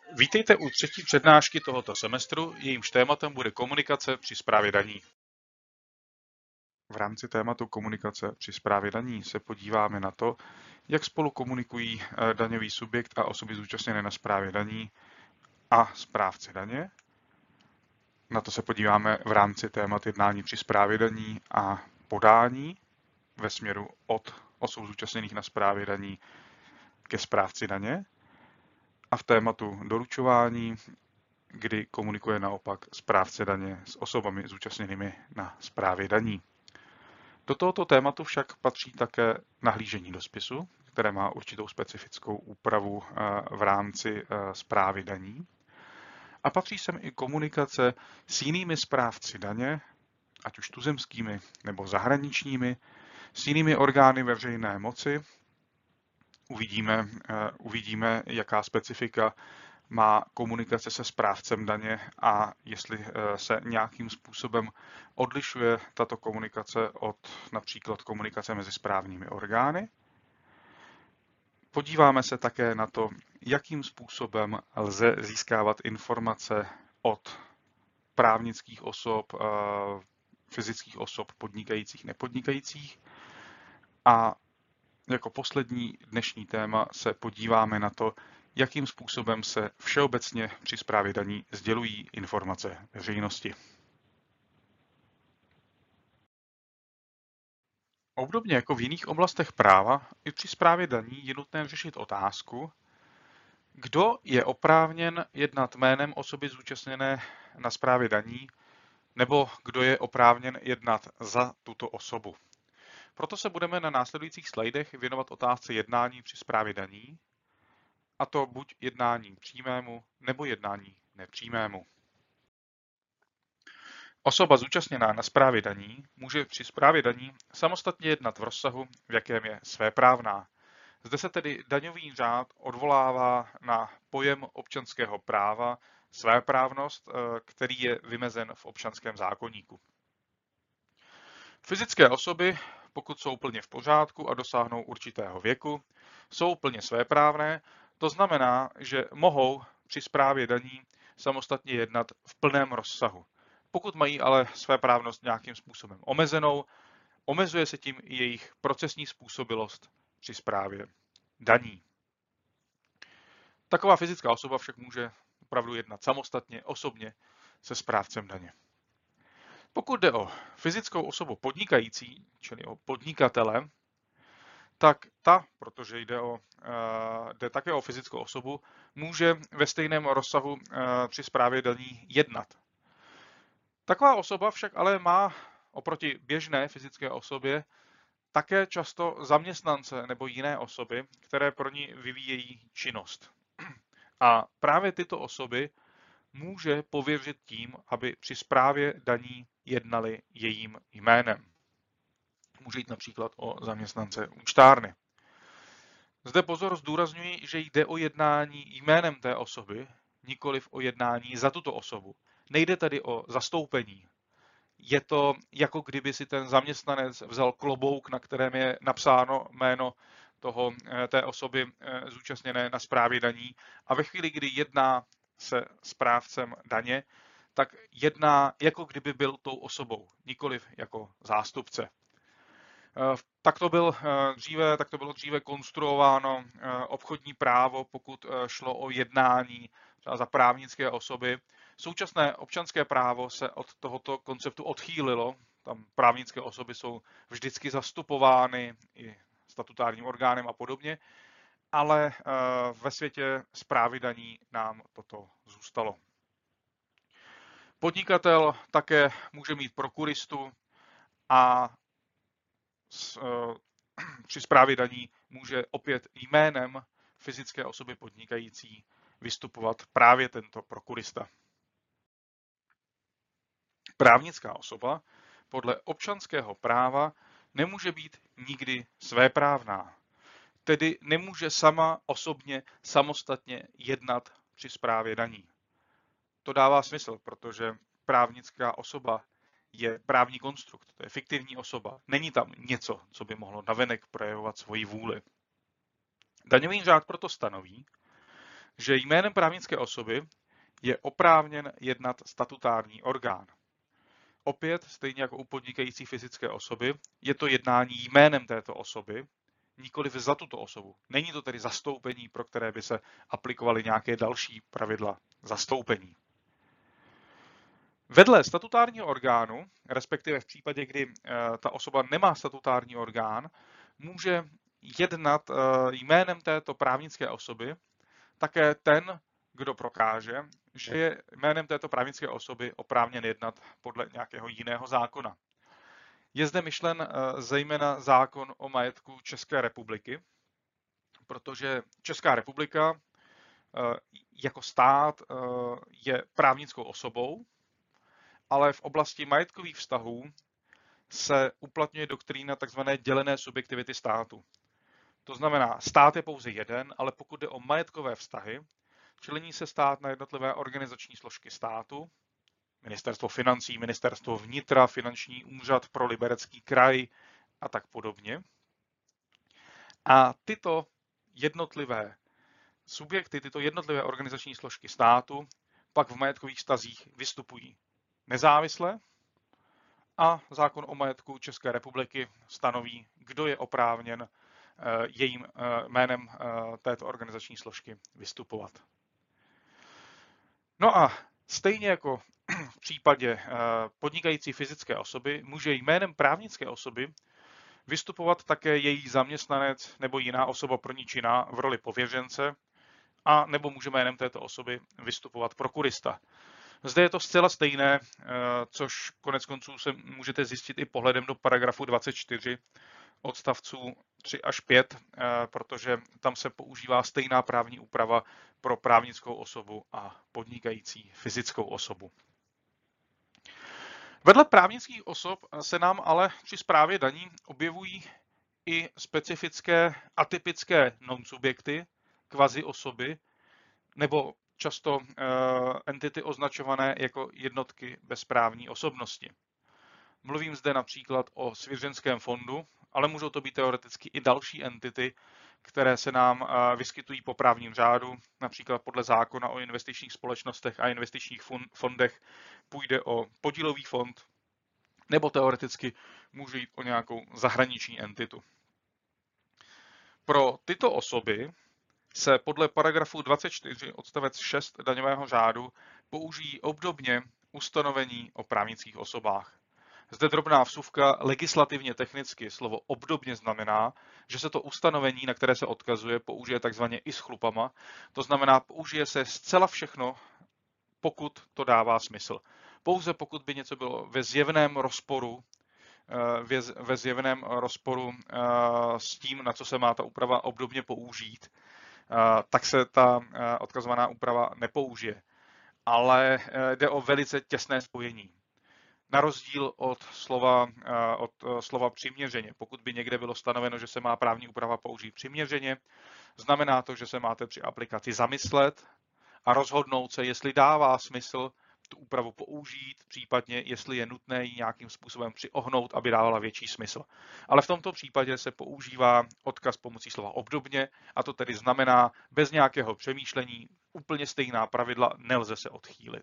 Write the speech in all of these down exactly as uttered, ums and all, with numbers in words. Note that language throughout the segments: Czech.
Vítejte u třetí přednášky tohoto semestru, jejímž tématem bude komunikace při správě daní. V rámci tématu komunikace při správě daní se podíváme na to, jak spolu komunikují daňový subjekt a osoby zúčastněné na správě daní a správce daně. Na to se podíváme v rámci témat jednání při správě daní a podání ve směru od osob zúčastněných na správě daní ke správci daně. A v tématu doručování, kdy komunikuje naopak správce daně s osobami zúčastněnými na správě daní. Do tohoto tématu však patří také nahlížení do spisu, které má určitou specifickou úpravu v rámci správy daní. A patří sem i komunikace s jinými správci daně, ať už tuzemskými nebo zahraničními, s jinými orgány veřejné moci. Uvidíme, uvidíme, jaká specifika má komunikace se správcem daně a jestli se nějakým způsobem odlišuje tato komunikace od například komunikace mezi správními orgány. Podíváme se také na to, jakým způsobem lze získávat informace od právnických osob, fyzických osob, podnikajících, nepodnikajících. A jako poslední dnešní téma se podíváme na to, jakým způsobem se všeobecně při správě daní sdělují informace veřejnosti. Obdobně jako v jiných oblastech práva, i při správě daní je nutné řešit otázku, kdo je oprávněn jednat jménem osoby zúčastněné na správě daní, nebo kdo je oprávněn jednat za tuto osobu. Proto se budeme na následujících slajdech věnovat otázce jednání při správě daní, a to buď jednání přímému nebo jednání nepřímému. Osoba zúčastněná na správě daní může při správě daní samostatně jednat v rozsahu, v jakém je svéprávná. Zde se tedy daňový řád odvolává na pojem občanského práva svéprávnost, který je vymezen v občanském zákoníku. Fyzické osoby, pokud jsou plně v pořádku a dosáhnou určitého věku, jsou plně svéprávné, to znamená, že mohou při správě daní samostatně jednat v plném rozsahu. Pokud mají ale svéprávnost nějakým způsobem omezenou, omezuje se tím i jejich procesní způsobilost při správě daní. Taková fyzická osoba však může opravdu jednat samostatně, osobně se správcem daně. Pokud jde o fyzickou osobu podnikající, čili o podnikatele, tak ta, protože jde, o, jde také o fyzickou osobu, může ve stejném rozsahu při správě daní jednat. Taková osoba však ale má oproti běžné fyzické osobě také často zaměstnance nebo jiné osoby, které pro ní vyvíjejí činnost. A právě tyto osoby může pověřit tím, aby při správě daní jednali jejím jménem. Může jít například o zaměstnance účtárny. Zde pozor zdůrazňuji, že jde o jednání jménem té osoby, nikoliv o jednání za tuto osobu. Nejde tedy o zastoupení. Je to jako kdyby si ten zaměstnanec vzal klobouk, na kterém je napsáno jméno toho, té osoby zúčastněné na správě daní a ve chvíli, kdy jedná se správcem daně, tak jedná jako kdyby byl tou osobou, nikoliv jako zástupce. Tak to, byl dříve, tak to bylo dříve konstruováno obchodní právo, pokud šlo o jednání třeba za právnické osoby. Současné občanské právo se od tohoto konceptu odchýlilo. Tam právnické osoby jsou vždycky zastupovány i statutárním orgánem a podobně, ale ve světě správy daní nám toto zůstalo. Podnikatel také může mít prokuristu a při správě daní může opět jménem fyzické osoby podnikající vystupovat právě tento prokurista. Právnická osoba podle občanského práva nemůže být nikdy svéprávná, tedy nemůže sama osobně samostatně jednat při správě daní. To dává smysl, protože právnická osoba je právní konstrukt, to je fiktivní osoba. Není tam něco, co by mohlo navenek projevovat svoji vůli. Daňový řád proto stanoví, že jménem právnické osoby je oprávněn jednat statutární orgán. Opět, stejně jako u podnikající fyzické osoby, je to jednání jménem této osoby, nikoliv za tuto osobu. Není to tedy zastoupení, pro které by se aplikovaly nějaké další pravidla zastoupení. Vedle statutárního orgánu, respektive v případě, kdy ta osoba nemá statutární orgán, může jednat jménem této právnické osoby také ten, kdo prokáže, že je jménem této právnické osoby oprávněn jednat podle nějakého jiného zákona. Je zde myšlen zejména zákon o majetku České republiky, protože Česká republika jako stát je právnickou osobou, ale v oblasti majetkových vztahů se uplatňuje doktrína tzv. Dělené subjektivity státu. To znamená, stát je pouze jeden, ale pokud jde o majetkové vztahy, člení se stát na jednotlivé organizační složky státu, ministerstvo financí, ministerstvo vnitra, finanční úřad pro Liberecký kraj a tak podobně. A tyto jednotlivé subjekty, tyto jednotlivé organizační složky státu pak v majetkových vztazích vystupují nezávisle a zákon o majetku České republiky stanoví, kdo je oprávněn jejím jménem této organizační složky vystupovat. No a stejně jako v případě podnikající fyzické osoby může jménem právnické osoby vystupovat také její zaměstnanec nebo jiná osoba pro ní činná v roli pověřence a nebo může jménem této osoby vystupovat prokurista. Zde je to zcela stejné, což konec konců se můžete zjistit i pohledem do paragrafu dvacet čtyři odstavců tři až pět, protože tam se používá stejná právní úprava pro právnickou osobu a podnikající fyzickou osobu. Vedle právnických osob se nám ale při správě daní objevují i specifické atypické non-subjekty, kvazi osoby, nebo často entity označované jako jednotky bez právní osobnosti. Mluvím zde například o svěřenském fondu, ale můžou to být teoreticky i další entity, které se nám vyskytují po právním řádu, například podle zákona o investičních společnostech a investičních fondech půjde o podílový fond, nebo teoreticky může jít o nějakou zahraniční entitu. Pro tyto osoby se podle paragrafu dvacet čtyři odstavec šest daňového řádu použijí obdobně ustanovení o právnických osobách. Zde drobná vsuvka, legislativně technicky slovo obdobně znamená, že se to ustanovení, na které se odkazuje, použije takzvaně i s chlupama. To znamená, použije se zcela všechno, pokud to dává smysl. Pouze pokud by něco bylo ve zjevném rozporu, ve zjevném rozporu s tím, na co se má ta úprava obdobně použít, tak se ta odkazovaná úprava nepoužije. Ale jde o velice těsné spojení. Na rozdíl od slova, od slova přiměřeně. Pokud by někde bylo stanoveno, že se má právní úprava použít přiměřeně, znamená to, že se máte při aplikaci zamyslet a rozhodnout se, jestli dává smysl tu úpravu použít, případně jestli je nutné ji nějakým způsobem přiohnout, aby dávala větší smysl. Ale v tomto případě se používá odkaz pomocí slova obdobně, a to tedy znamená bez nějakého přemýšlení, úplně stejná pravidla, nelze se odchýlit.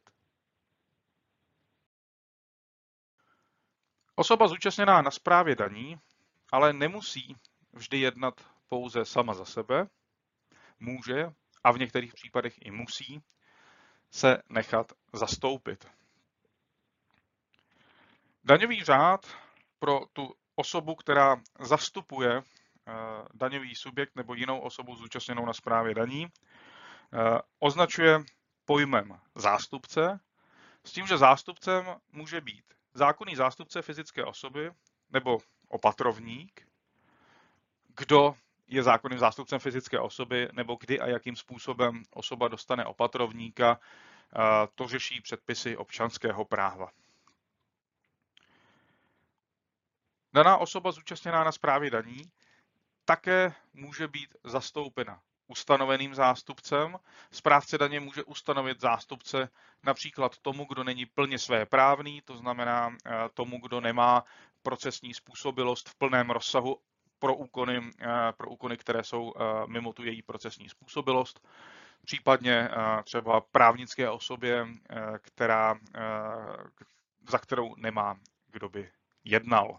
Osoba zúčastněná na správě daní ale nemusí vždy jednat pouze sama za sebe, může a v některých případech i musí se nechat zastoupit. Daňový řád pro tu osobu, která zastupuje daňový subjekt nebo jinou osobu zúčastněnou na správě daní, označuje pojmem zástupce, s tím, že zástupcem může být zákonný zástupce fyzické osoby nebo opatrovník, kdo je zákonným zástupcem fyzické osoby, nebo kdy a jakým způsobem osoba dostane opatrovníka, to řeší předpisy občanského práva. Daná osoba zúčastněná na správě daní také může být zastoupena ustanoveným zástupcem. Správce daně může ustanovit zástupce například tomu, kdo není plně svéprávný, to znamená tomu, kdo nemá procesní způsobilost v plném rozsahu pro úkony, pro úkony, které jsou mimo tu její procesní způsobilost. případně třeba právnické osobě, která, za kterou nemá, kdo by jednal.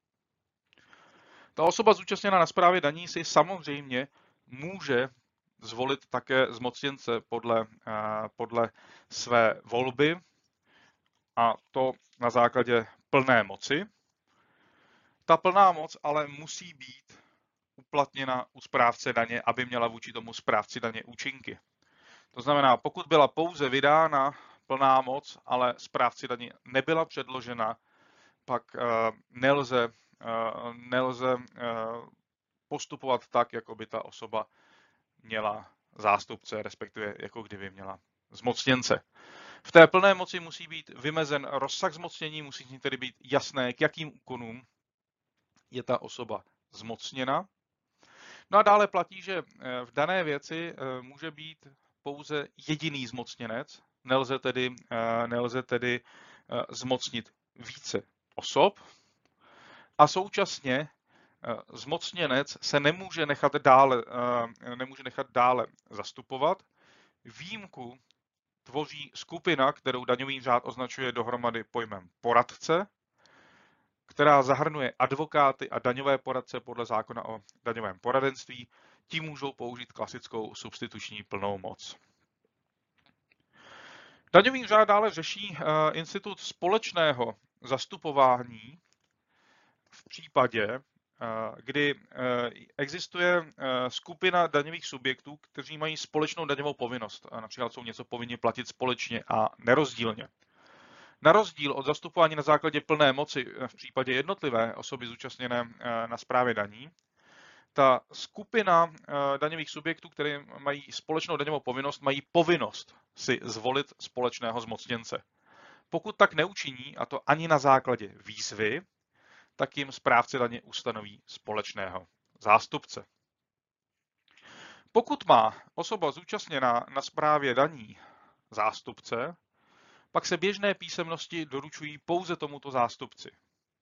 Ta osoba zúčastněná na správě daní si samozřejmě může zvolit také zmocněnce podle, podle své volby, a to na základě plné moci. Ta plná moc ale musí být uplatněna u správce daně, aby měla vůči tomu správci daně účinky. To znamená, pokud byla pouze vydána plná moc, ale správci daně nebyla předložena, pak nelze, nelze postupovat tak, jako by ta osoba měla zástupce, respektive jako kdyby měla zmocněnce. V té plné moci musí být vymezen rozsah zmocnění, musí tedy být jasné, k jakým úkonům je ta osoba zmocněna. No a dále platí, že v dané věci může být pouze jediný zmocněnec, nelze tedy, nelze tedy zmocnit více osob a současně zmocněnec se nemůže nechat dále, nemůže nechat dále zastupovat. Výjimku tvoří skupina, kterou daňový řád označuje dohromady pojmem poradce, která zahrnuje advokáty a daňové poradce podle zákona o daňovém poradenství. Ti můžou použít klasickou substituční plnou moc. Daňový řád dále řeší institut společného zastupování v případě, kdy existuje skupina daňových subjektů, kteří mají společnou daňovou povinnost. Například jsou něco povinni platit společně a nerozdílně. Na rozdíl od zastupování na základě plné moci v případě jednotlivé osoby zúčastněné na správě daní, ta skupina daňových subjektů, které mají společnou daňovou povinnost, mají povinnost si zvolit společného zmocněnce. Pokud tak neučiní, a to ani na základě výzvy, tak jim správce daně ustanoví společného zástupce. Pokud má osoba zúčastněná na správě daní zástupce, pak se běžné písemnosti doručují pouze tomuto zástupci.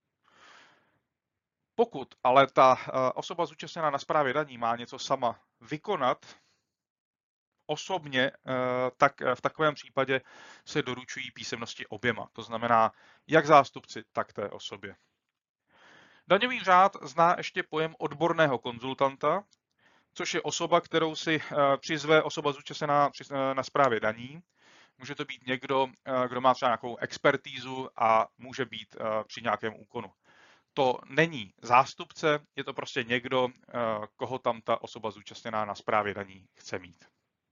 Pokud ale ta osoba zúčastněná na správě daní má něco sama vykonat osobně, tak v takovém případě se doručují písemnosti oběma. To znamená jak zástupci, tak té osobě. Daňový řád zná ještě pojem odborného konzultanta, což je osoba, kterou si přizve osoba zúčastněná na správě daní. Může to být někdo, kdo má třeba nějakou expertízu a může být při nějakém úkonu. To není zástupce, je to prostě někdo, koho tam ta osoba zúčastněná na správě daní chce mít.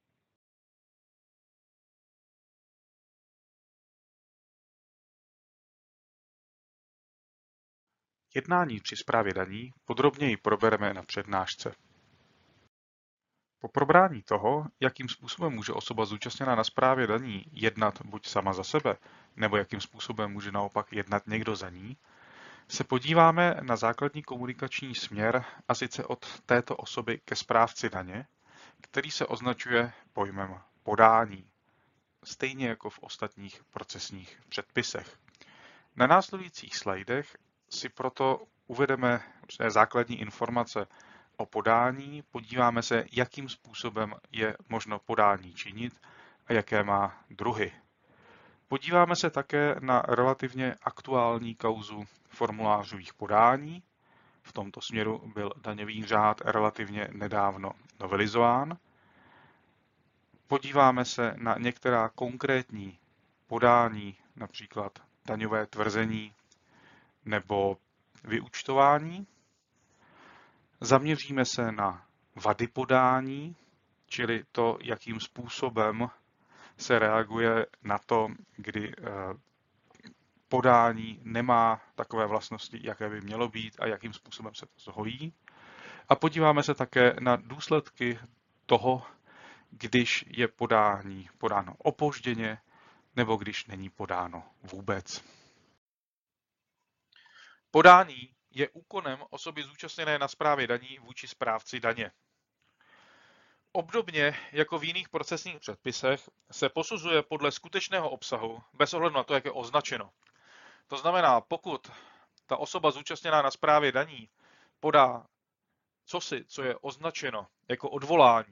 Jednání při správě daní podrobněji probereme na přednášce. Po probrání toho, jakým způsobem může osoba zúčastněná na správě daní jednat buď sama za sebe, nebo jakým způsobem může naopak jednat někdo za ní, se podíváme na základní komunikační směr, a sice od této osoby ke správci daně, který se označuje pojmem podání, stejně jako v ostatních procesních předpisech. Na následujících slajdech si proto uvedeme základní informace o podání, podíváme se, jakým způsobem je možno podání činit a jaké má druhy. Podíváme se také na relativně aktuální kauzu formulářových podání. V tomto směru byl daňový řád relativně nedávno novelizován. Podíváme se na některá konkrétní podání, například daňové tvrzení nebo vyúčtování. Zaměříme se na vady podání, čili to, jakým způsobem se reaguje na to, kdy podání nemá takové vlastnosti, jaké by mělo být a jakým způsobem se to zhojí. A podíváme se také na důsledky toho, když je podání podáno opožděně nebo když není podáno vůbec. Podání je úkonem osoby zúčastněné na správě daní vůči správci daně. Obdobně jako v jiných procesních předpisech se posuzuje podle skutečného obsahu bez ohledu na to, jak je označeno. To znamená, pokud ta osoba zúčastněná na správě daní podá cosi, co je označeno jako odvolání,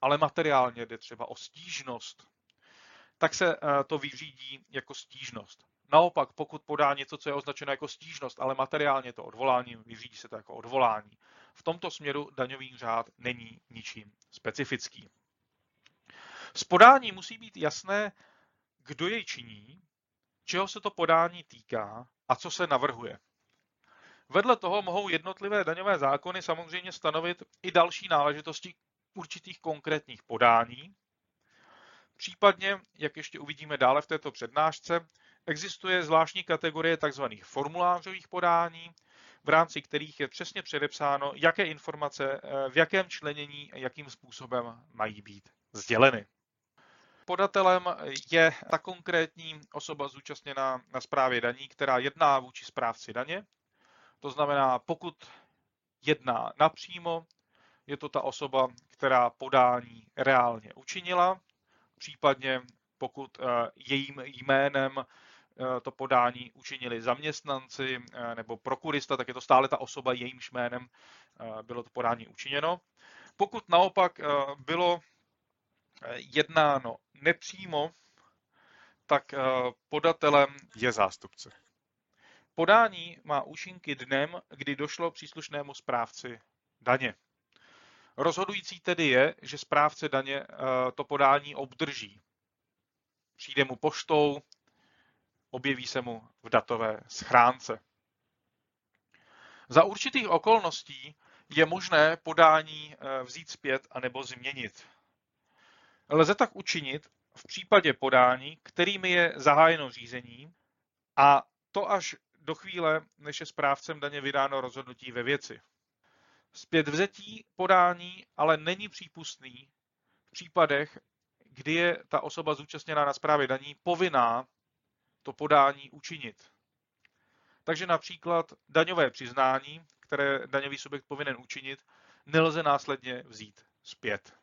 ale materiálně jde třeba o stížnost, tak se to vyřídí jako stížnost. Naopak, pokud podá něco, co je označeno jako stížnost, ale materiálně to odvolání, vyřídí se to jako odvolání. V tomto směru daňový řád není ničím specifický. Z podání musí být jasné, kdo jej činí, čeho se to podání týká a co se navrhuje. Vedle toho mohou jednotlivé daňové zákony samozřejmě stanovit i další náležitosti určitých konkrétních podání. Případně, jak ještě uvidíme dále v této přednášce, existuje zvláštní kategorie tzv. Formulářových podání, v rámci kterých je přesně předepsáno, jaké informace v jakém členění a jakým způsobem mají být sděleny. Podatelem je ta konkrétní osoba zúčastněná na správě daní, která jedná vůči správci daně. To znamená, pokud jedná napřímo, je to ta osoba, která podání reálně učinila, případně pokud jejím jménem to podání učinili zaměstnanci nebo prokurista, tak je to stále ta osoba, jejímž jménem bylo to podání učiněno. Pokud naopak bylo jednáno nepřímo, tak podatelem je zástupce. Podání má účinky dnem, kdy došlo příslušnému správci daně. Rozhodující tedy je, že správce daně to podání obdrží. Přijde mu poštou, objeví se mu v datové schránce. Za určitých okolností je možné podání vzít zpět anebo změnit. Lze tak učinit v případě podání, kterými je zahájeno řízení, a to až do chvíle, než je správcem daně vydáno rozhodnutí ve věci. Zpětvzetí podání ale není přípustný v případech, kdy je ta osoba zúčastněná na správě daní povinná to podání učinit. Takže například daňové přiznání, které daňový subjekt povinen učinit, nelze následně vzít zpět.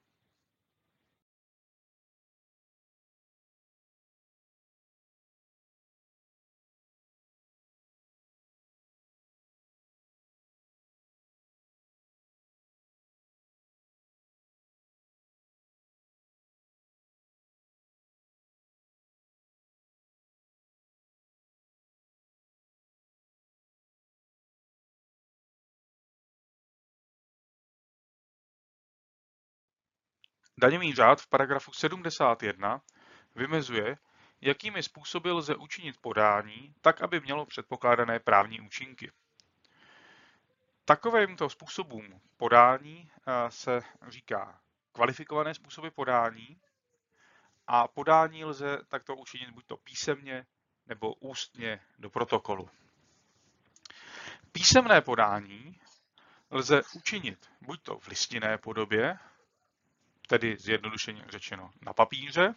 Daňový řád v paragrafu sedmdesát jedna vymezuje, jakými způsoby lze učinit podání, tak, aby mělo předpokládané právní účinky. Takovýmto způsobům podání se říká kvalifikované způsoby podání a podání lze takto učinit buď to písemně nebo ústně do protokolu. Písemné podání lze učinit buď to v listinné podobě, tedy zjednodušeně řečeno na papíře,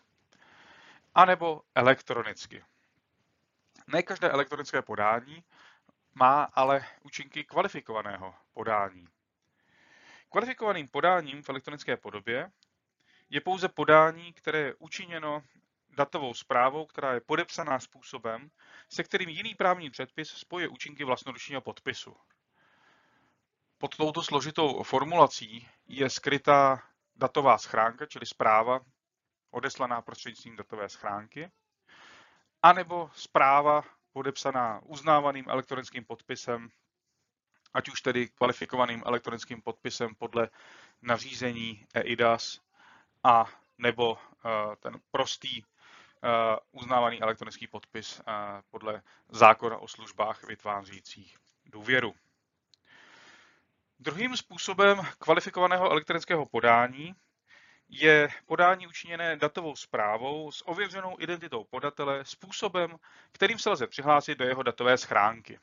anebo elektronicky. Ne každé elektronické podání má ale účinky kvalifikovaného podání. Kvalifikovaným podáním v elektronické podobě je pouze podání, které je učiněno datovou zprávou, která je podepsaná způsobem, se kterým jiný právní předpis spojuje účinky vlastnoručního podpisu. Pod touto složitou formulací je skrytá datová schránka, čili zpráva odeslaná prostřednictvím datové schránky, anebo zpráva podepsaná uznávaným elektronickým podpisem, ať už tedy kvalifikovaným elektronickým podpisem podle nařízení E I D A S, a nebo ten prostý uznávaný elektronický podpis podle zákona o službách vytvářejících důvěru. Druhým způsobem kvalifikovaného elektronického podání je podání učiněné datovou zprávou s ověřenou identitou podatele způsobem, kterým se lze přihlásit do jeho datové schránky.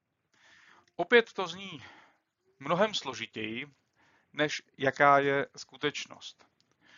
Opět to zní mnohem složitěji, než jaká je skutečnost.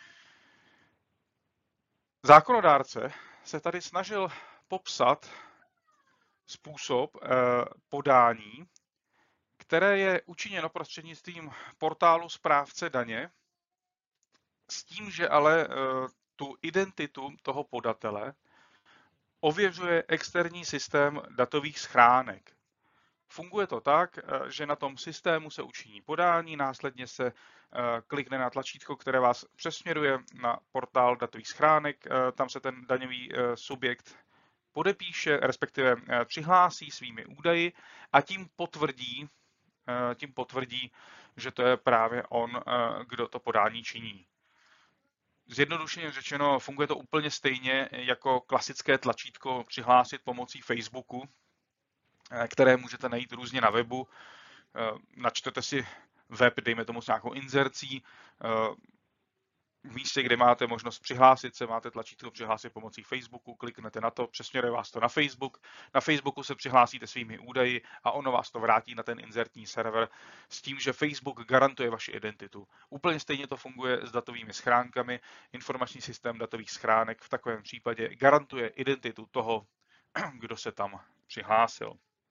Zákonodárce se tady snažil popsat způsob podání, které je učiněno prostřednictvím portálu správce daně, s tím, že ale tu identitu toho podatele ověřuje externí systém datových schránek. Funguje to tak, že na tom systému se učiní podání, následně se klikne na tlačítko, které vás přesměruje na portál datových schránek, tam se ten daňový subjekt podepíše, respektive přihlásí svými údaji a tím potvrdí, tím potvrdí, že to je právě on, kdo to podání činí. Zjednodušeně řečeno, funguje to úplně stejně jako klasické tlačítko přihlásit pomocí Facebooku, které můžete najít různě na webu. Načtete si web, dejme tomu s nějakou inzercí. V místě, kde máte možnost přihlásit se, máte tlačítko přihlásit pomocí Facebooku, kliknete na to, přesměruje vás to na Facebook. Na Facebooku se přihlásíte svými údaji a ono vás to vrátí na ten inzertní server s tím, že Facebook garantuje vaši identitu. Úplně stejně to funguje s datovými schránkami. Informační systém datových schránek v takovém případě garantuje identitu toho, kdo se tam přihlásil.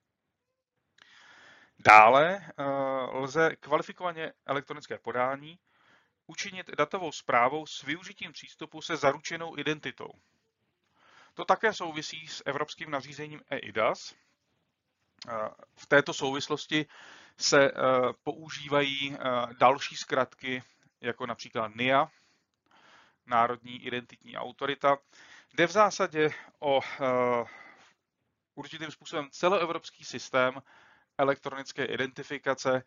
Dále lze kvalifikovaně elektronické podání učinit datovou správou s využitím přístupu se zaručenou identitou. To také souvisí s evropským nařízením E I D A S. V této souvislosti se používají další zkratky, jako například N I A, Národní identitní autorita, jde v zásadě o určitým způsobem celoevropský systém elektronické identifikace.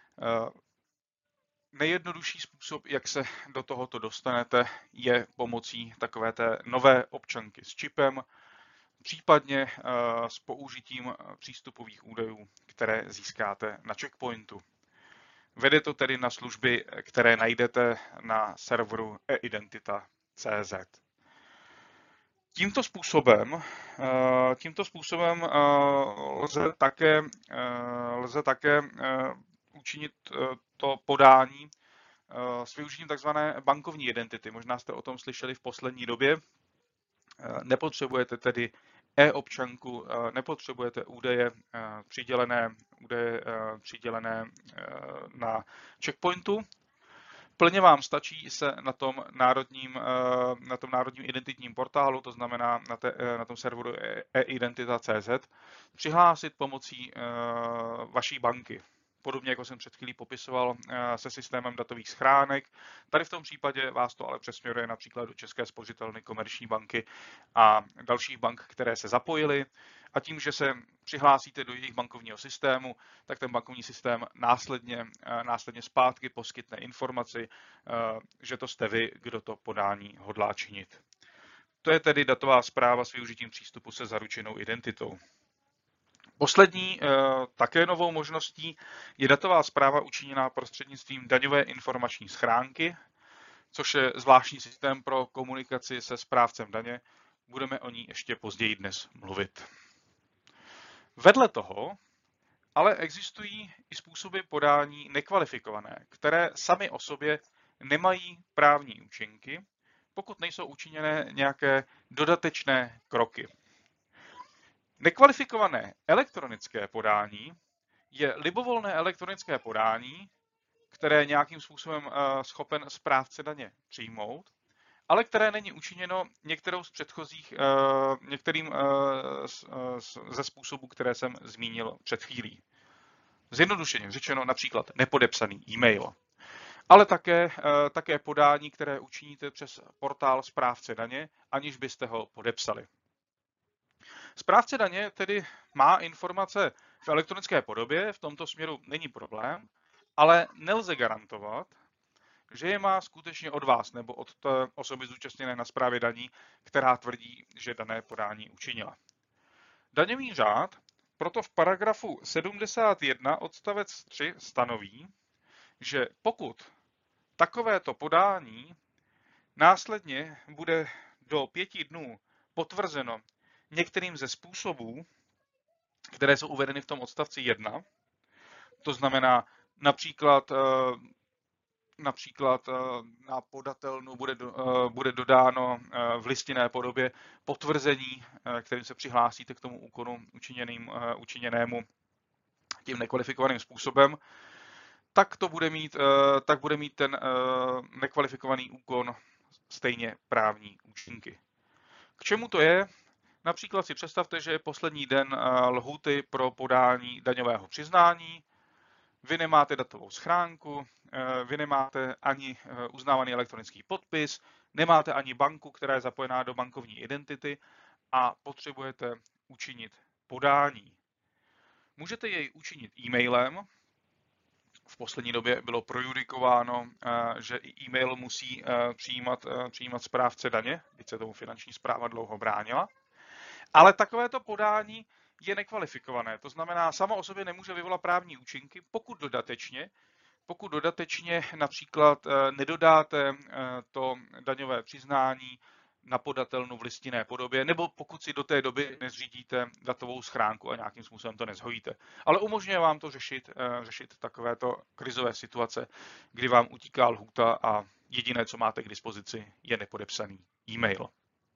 Nejjednodušší způsob, jak se do tohoto dostanete, je pomocí takové té nové občanky s čipem, případně s použitím přístupových údajů, které získáte na checkpointu. Vede to tedy na služby, které najdete na serveru e identita tečka cé zet. Tímto způsobem, tímto způsobem lze také, lze také učinit to podání s využitím tzv. Bankovní identity. Možná jste o tom slyšeli v poslední době. Nepotřebujete tedy e-občanku, nepotřebujete údaje přidělené, údaje přidělené na checkpointu. Plně vám stačí se na tom národním, na tom národním identitním portálu, to znamená na, te, na tom serveru e identita tečka cé zet, přihlásit pomocí vaší banky. Podobně jako jsem před chvílí popisoval se systémem datových schránek. Tady v tom případě vás to ale přesměruje například do České spořitelny, Komerční banky a dalších bank, které se zapojily. A tím, že se přihlásíte do jejich bankovního systému, tak ten bankovní systém následně, následně zpátky poskytne informaci, že to jste vy, kdo to podání hodlá činit. To je tedy datová správa s využitím přístupu se zaručenou identitou. Poslední také novou možností je datová správa učiněná prostřednictvím daňové informační schránky, což je zvláštní systém pro komunikaci se správcem daně. Budeme o ní ještě později dnes mluvit. Vedle toho ale existují i způsoby podání nekvalifikované, které sami o sobě nemají právní účinky, pokud nejsou učiněné nějaké dodatečné kroky. Nekvalifikované elektronické podání je libovolné elektronické podání, které je nějakým způsobem schopen správce daně přijmout, ale které není učiněno některou z předchozích, některým ze způsobů, které jsem zmínil před chvílí. Zjednodušeně řečeno například nepodepsaný e-mail, ale také, také podání, které učiníte přes portál správce daně, aniž byste ho podepsali. Správce daně tedy má informace v elektronické podobě, v tomto směru není problém, ale nelze garantovat, že je má skutečně od vás nebo od té osoby zúčastněné na správě daní, která tvrdí, že dané podání učinila. Daňový řád proto v paragrafu sedmdesát jedna odstavec tři stanoví, že pokud takovéto podání následně bude do pěti dnů potvrzeno některým ze způsobů, které jsou uvedeny v tom odstavci jedna, to znamená například, například na podatelnu bude, do, bude dodáno v listinné podobě potvrzení, kterým se přihlásíte k tomu úkonu učiněným, učiněnému tím nekvalifikovaným způsobem, tak, to bude mít, tak bude mít ten nekvalifikovaný úkon stejně právní účinky. K čemu to je? Například si představte, že je poslední den lhůty pro podání daňového přiznání, vy nemáte datovou schránku, vy nemáte ani uznávaný elektronický podpis, nemáte ani banku, která je zapojená do bankovní identity a potřebujete učinit podání. Můžete jej učinit e-mailem. V poslední době bylo projudikováno, že i e-mail musí přijímat, přijímat správce daně, byť se tomu finanční správa dlouho bránila. Ale takovéto podání je nekvalifikované. To znamená, samo o sobě nemůže vyvolat právní účinky, pokud dodatečně, pokud dodatečně například nedodáte to daňové přiznání na podatelnu v listinné podobě, nebo pokud si do té doby nezřídíte datovou schránku a nějakým způsobem to nezhojíte. Ale umožňuje vám to řešit, řešit takovéto krizové situace, kdy vám utíká lhůta a jediné, co máte k dispozici, je nepodepsaný e-mail.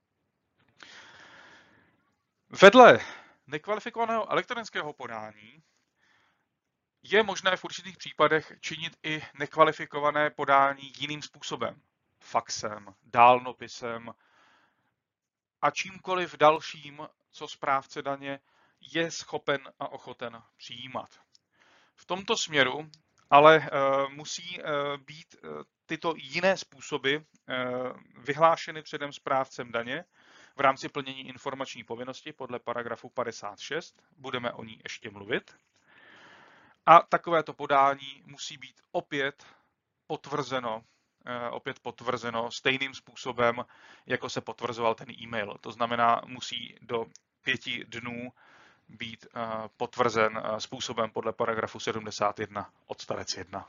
Vedle nekvalifikovaného elektronického podání je možné v určitých případech činit i nekvalifikované podání jiným způsobem. Faxem, dálnopisem a čímkoliv dalším, co správce daně je schopen a ochoten přijímat. V tomto směru ale musí být tyto jiné způsoby vyhlášeny předem správcem daně v rámci plnění informační povinnosti podle paragrafu padesát šest. Budeme o ní ještě mluvit. A takovéto podání musí být opět potvrzeno, opět potvrzeno stejným způsobem, jako se potvrzoval ten e-mail. To znamená, musí do pěti dnů být potvrzen způsobem podle paragrafu sedmdesát jedna odstavec jedna.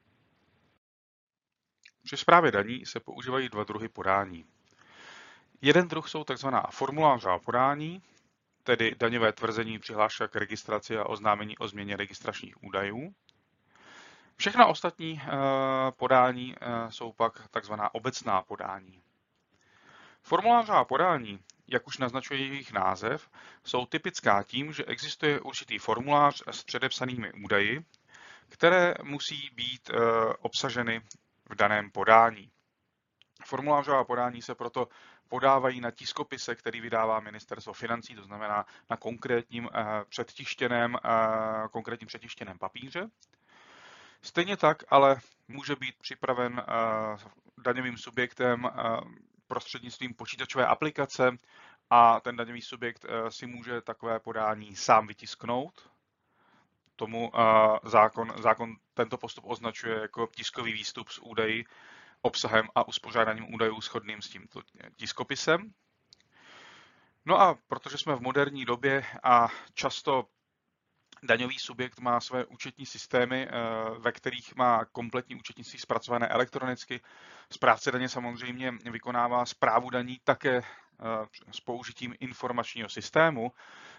Při správě daní se používají dva druhy podání. Jeden druh jsou tzv. Formulářová podání, tedy daňové tvrzení, přihláška k registraci a oznámení o změně registračních údajů. Všechna ostatní podání jsou pak tzv. Obecná podání. Formulářová podání, jak už naznačuje jejich název, jsou typická tím, že existuje určitý formulář s předepsanými údaji, které musí být obsaženy v daném podání. Formulářová podání se proto podávají na tiskopise, který vydává Ministerstvo financí, to znamená na konkrétním předtištěném, konkrétním předtištěném papíře. Stejně tak ale může být připraven daňovým subjektem prostřednictvím počítačové aplikace a ten daňový subjekt si může takové podání sám vytisknout. Tomu zákon, zákon tento postup označuje jako tiskový výstup s údaji, obsahem a uspořádáním údajů shodným s tímto tiskopisem. No a protože jsme v moderní době a často daňový subjekt má své účetní systémy, ve kterých má kompletní účetnictví zpracované elektronicky, správce daně samozřejmě vykonává správu daní také s použitím informačního systému,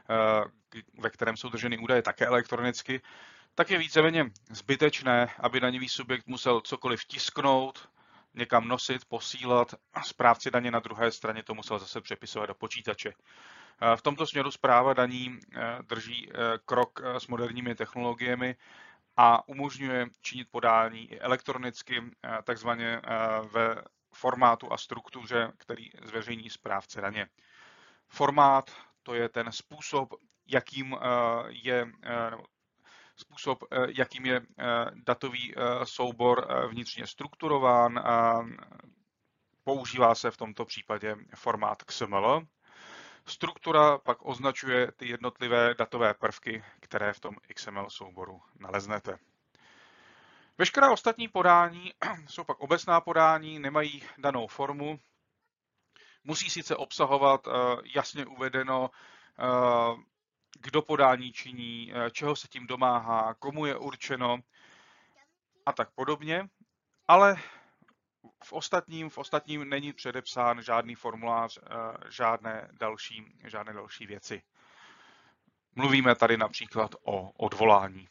ve kterém jsou drženy údaje také elektronicky, tak je víceméně zbytečné, aby daňový subjekt musel cokoliv tisknout, někam nosit, posílat a správci daně na druhé straně to musel zase přepisovat do počítače. V tomto směru správa daní drží krok s moderními technologiemi a umožňuje činit podání i elektronicky, takzvaně ve formátu a struktuře, který zveřejní správce daně. Formát to je ten způsob, jakým je způsob, jakým je datový soubor vnitřně strukturován. Používá se v tomto případě formát X M L. Struktura pak označuje ty jednotlivé datové prvky, které v tom X M L souboru naleznete. Veškerá ostatní podání jsou pak obecná podání, nemají danou formu, musí sice obsahovat jasně uvedeno, kdo podání činí, čeho se tím domáhá, komu je určeno a tak podobně, ale v ostatním, v ostatním není předepsán žádný formulář, žádné další, žádné další věci. Mluvíme tady například o odvolání.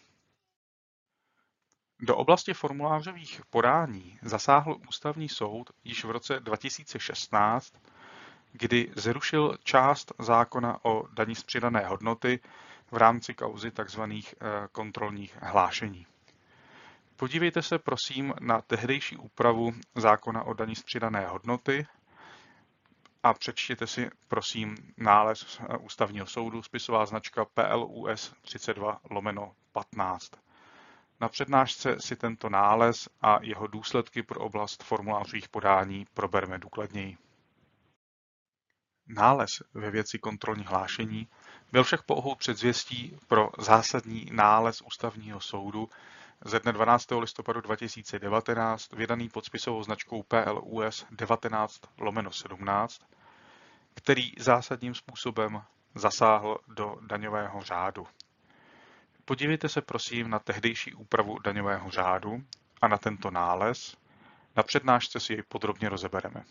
Do oblasti formulářových podání zasáhl Ústavní soud již v roce dva tisíce šestnáct, kdy zrušil část zákona o dani z přidané hodnoty v rámci kauzy tzv. Kontrolních hlášení. Podívejte se prosím na tehdejší úpravu zákona o dani z přidané hodnoty a přečtěte si prosím nález Ústavního soudu, spisová značka P L U S třicet dva lomeno patnáct. Na přednášce si tento nález a jeho důsledky pro oblast formulářových podání probereme důkladněji. Nález ve věci kontrolní hlášení byl však pouhou předzvěstí pro zásadní nález Ústavního soudu ze dne dvanáctého listopadu dva tisíce devatenáct, vydaný pod spisovou značkou P L U S devatenáct lomeno sedmnáct, který zásadním způsobem zasáhl do daňového řádu. Podívejte se prosím na tehdejší úpravu daňového řádu a na tento nález. Na přednášce si jej podrobně rozebereme.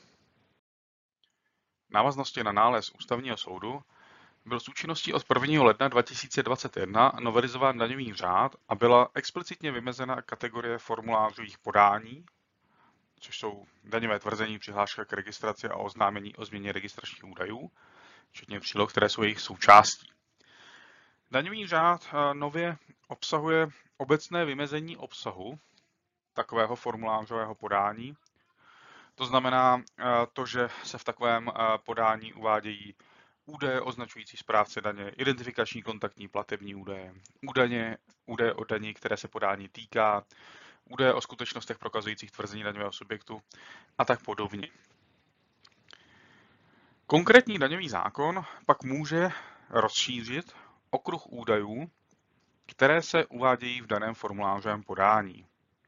V návaznosti na nález Ústavního soudu byl s účinností od prvního ledna dva tisíce dvacet jedna novelizován daňový řád a byla explicitně vymezena kategorie formulářových podání, což jsou daňové tvrzení, přihláška k registraci a oznámení o změně registračních údajů, včetně příloh, které jsou jejich součástí. Daňový řád nově obsahuje obecné vymezení obsahu takového formulářového podání. To znamená to, že se v takovém podání uvádějí údaje označující správce daně, identifikační kontaktní platební údaje, údaje, údaje o dani, které se podání týká, údaje o skutečnostech prokazujících tvrzení daňového subjektu a tak podobně. Konkrétní daňový zákon pak může rozšířit okruh údajů, které se uvádějí v daném formulářovém podání.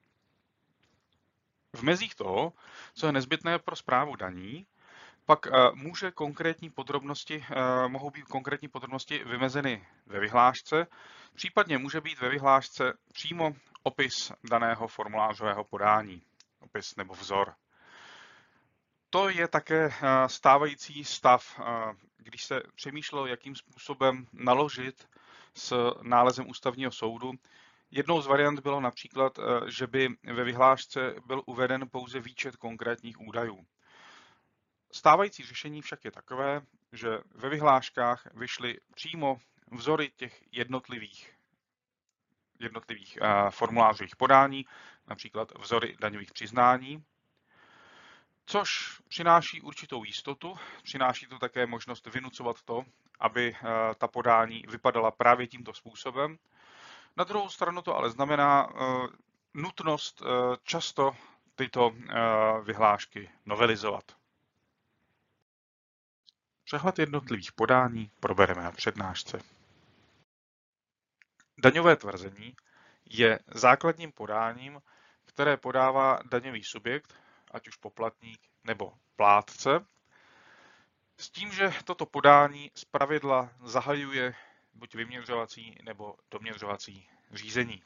V mezích toho, co je nezbytné pro správu daní, pak může konkrétní podrobnosti, mohou být konkrétní podrobnosti vymezeny ve vyhlášce, případně může být ve vyhlášce přímo opis daného formulářového podání, opis nebo vzor. To je také stávající stav, když se přemýšlelo, jakým způsobem naložit s nálezem Ústavního soudu. Jednou z variant bylo například, že by ve vyhlášce byl uveden pouze výčet konkrétních údajů. Stávající řešení však je takové, že ve vyhláškách vyšly přímo vzory těch jednotlivých, jednotlivých formulářových podání, například vzory daňových přiznání, což přináší určitou jistotu, přináší to také možnost vynucovat to, aby ta podání vypadala právě tímto způsobem. Na druhou stranu to ale znamená nutnost často tyto vyhlášky novelizovat. Přehled jednotlivých podání probereme na přednášce. Daňové tvrzení je základním podáním, které podává daňový subjekt, ať už poplatník nebo plátce, s tím, že toto podání zpravidla zahajuje buď vyměřovací nebo doměřovací řízení.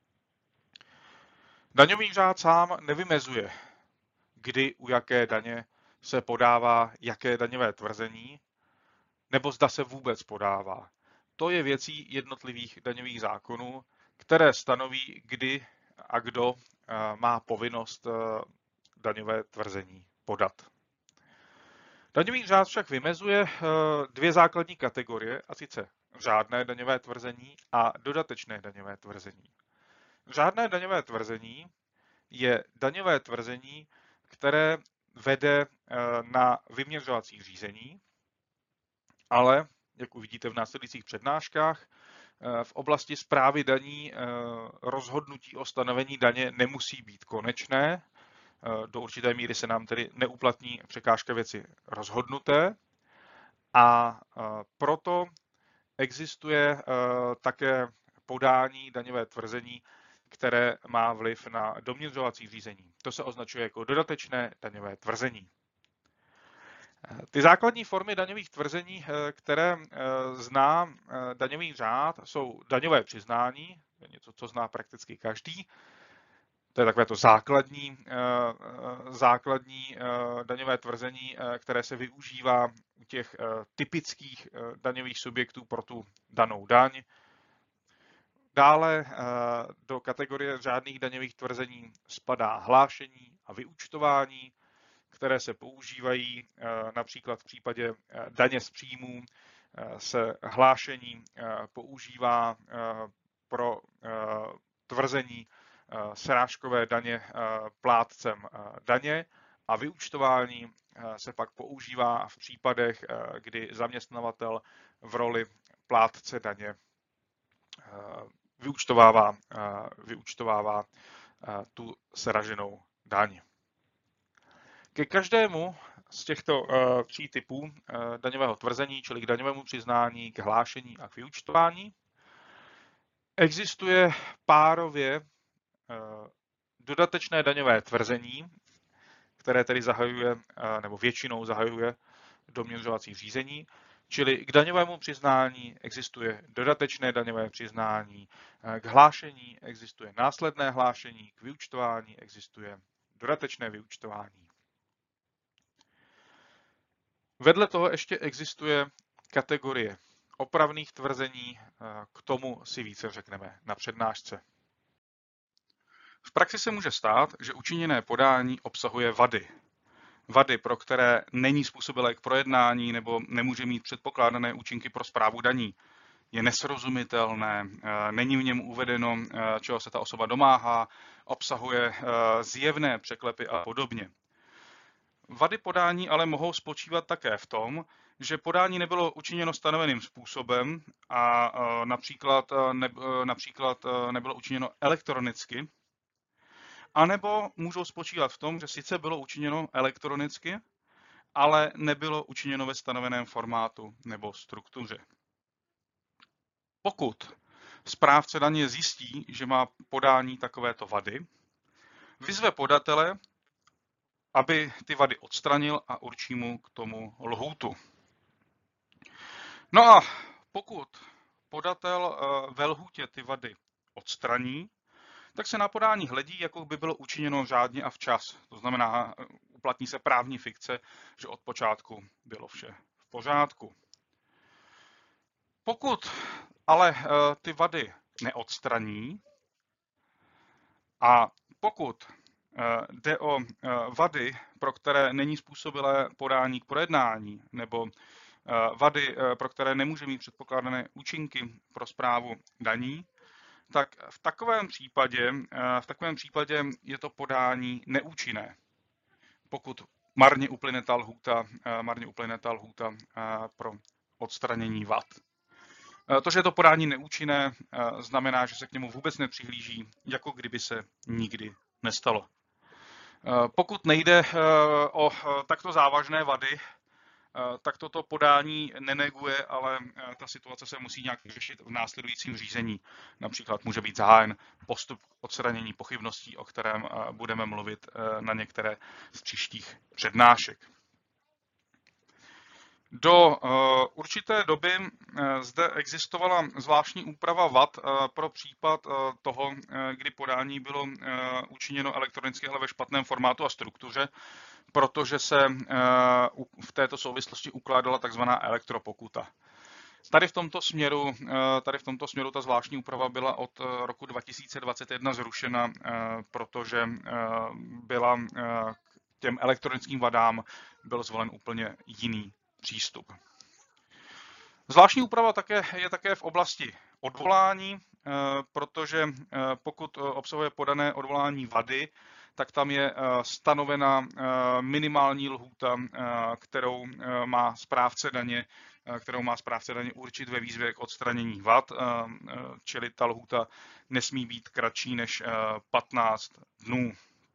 Daňový řád sám nevymezuje, kdy u jaké daně se podává jaké daňové tvrzení, nebo zda se vůbec podává. To je věcí jednotlivých daňových zákonů, které stanoví, kdy a kdo má povinnost daňové tvrzení podat. Daňový řád však vymezuje dvě základní kategorie, a sice řádné daňové tvrzení a dodatečné daňové tvrzení. Řádné daňové tvrzení je daňové tvrzení, které vede na vyměřovací řízení, ale, jak uvidíte v následujících přednáškách, v oblasti správy daní rozhodnutí o stanovení daně nemusí být konečné. Do určité míry se nám tedy neuplatní překážka věci rozhodnuté a proto existuje také podání daňové tvrzení, které má vliv na doměřovací řízení. To se označuje jako dodatečné daňové tvrzení. Ty základní formy daňových tvrzení, které zná daňový řád, jsou daňové přiznání, to je něco, co zná prakticky každý. To je takové to základní, základní daňové tvrzení, které se využívá u těch typických daňových subjektů pro tu danou daň. Dále do kategorie řádných daňových tvrzení spadá hlášení a vyúčtování, které se používají například v případě daně z příjmů, se hlášení používá pro tvrzení srážkové daně plátcem daně a vyúčtování se pak používá v případech, kdy zaměstnavatel v roli plátce daně vyúčtovává, vyúčtovává tu sraženou daň. Ke každému z těchto tří typů daňového tvrzení, čili k daňovému přiznání, k hlášení a k vyúčtování, existuje párově dodatečné daňové tvrzení, které tedy zahajuje, nebo většinou zahajuje doměřovací řízení, čili k daňovému přiznání existuje dodatečné daňové přiznání, k hlášení existuje následné hlášení, k vyúčtování existuje dodatečné vyúčtování. Vedle toho ještě existuje kategorie opravných tvrzení, k tomu si více řekneme na přednášce. V praxi se může stát, že učiněné podání obsahuje vady. Vady, pro které není způsobilé k projednání nebo nemůže mít předpokládané účinky pro správu daní. Je nesrozumitelné, není v něm uvedeno, čeho se ta osoba domáhá, obsahuje zjevné překlepy a podobně. Vady podání ale mohou spočívat také v tom, že podání nebylo učiněno stanoveným způsobem a například, ne, například nebylo učiněno elektronicky, anebo můžou spočívat v tom, že sice bylo učiněno elektronicky, ale nebylo učiněno ve stanoveném formátu nebo struktuře. Pokud správce daně zjistí, že má podání takovéto vady, vyzve podatele, aby ty vady odstranil a určí mu k tomu lhůtu. No a pokud podatel ve lhůtě ty vady odstraní, tak se na podání hledí, jako by bylo učiněno řádně a včas. To znamená, uplatní se právní fikce, že od počátku bylo vše v pořádku. Pokud ale ty vady neodstraní a pokud jde o vady, pro které není způsobilé podání k projednání, nebo vady, pro které nemůže mít předpokládané účinky pro správu daní, tak v takovém případě, v takovém případě je to podání neúčinné, pokud marně uplyne ta lhůta, marně uplyne ta lhůta pro odstranění vad. To, že je to podání neúčinné, znamená, že se k němu vůbec nepřihlíží, jako kdyby se nikdy nestalo. Pokud nejde o takto závažné vady, tak toto podání neneguje, ale ta situace se musí nějak řešit v následujícím řízení. Například může být zahájen postup k odstranění pochybností, o kterém budeme mluvit na některé z příštích přednášek. Do určité doby zde existovala zvláštní úprava vad pro případ toho, kdy podání bylo učiněno elektronicky, ale ve špatném formátu a struktuře, protože se v této souvislosti ukládala takzvaná elektropokuta. Tady v tomto směru, tady v tomto směru ta zvláštní úprava byla od roku dva tisíce dvacet jedna zrušena, protože byla k těm elektronickým vadám byl zvolen úplně jiný přístup. Zvláštní úprava také, je také v oblasti odvolání, protože pokud obsahuje podané odvolání vady, tak tam je stanovena minimální lhůta, kterou má správce daně, kterou má správce daně určit ve výzvě k odstranění vad, čili ta lhůta nesmí být kratší než patnáct dnů.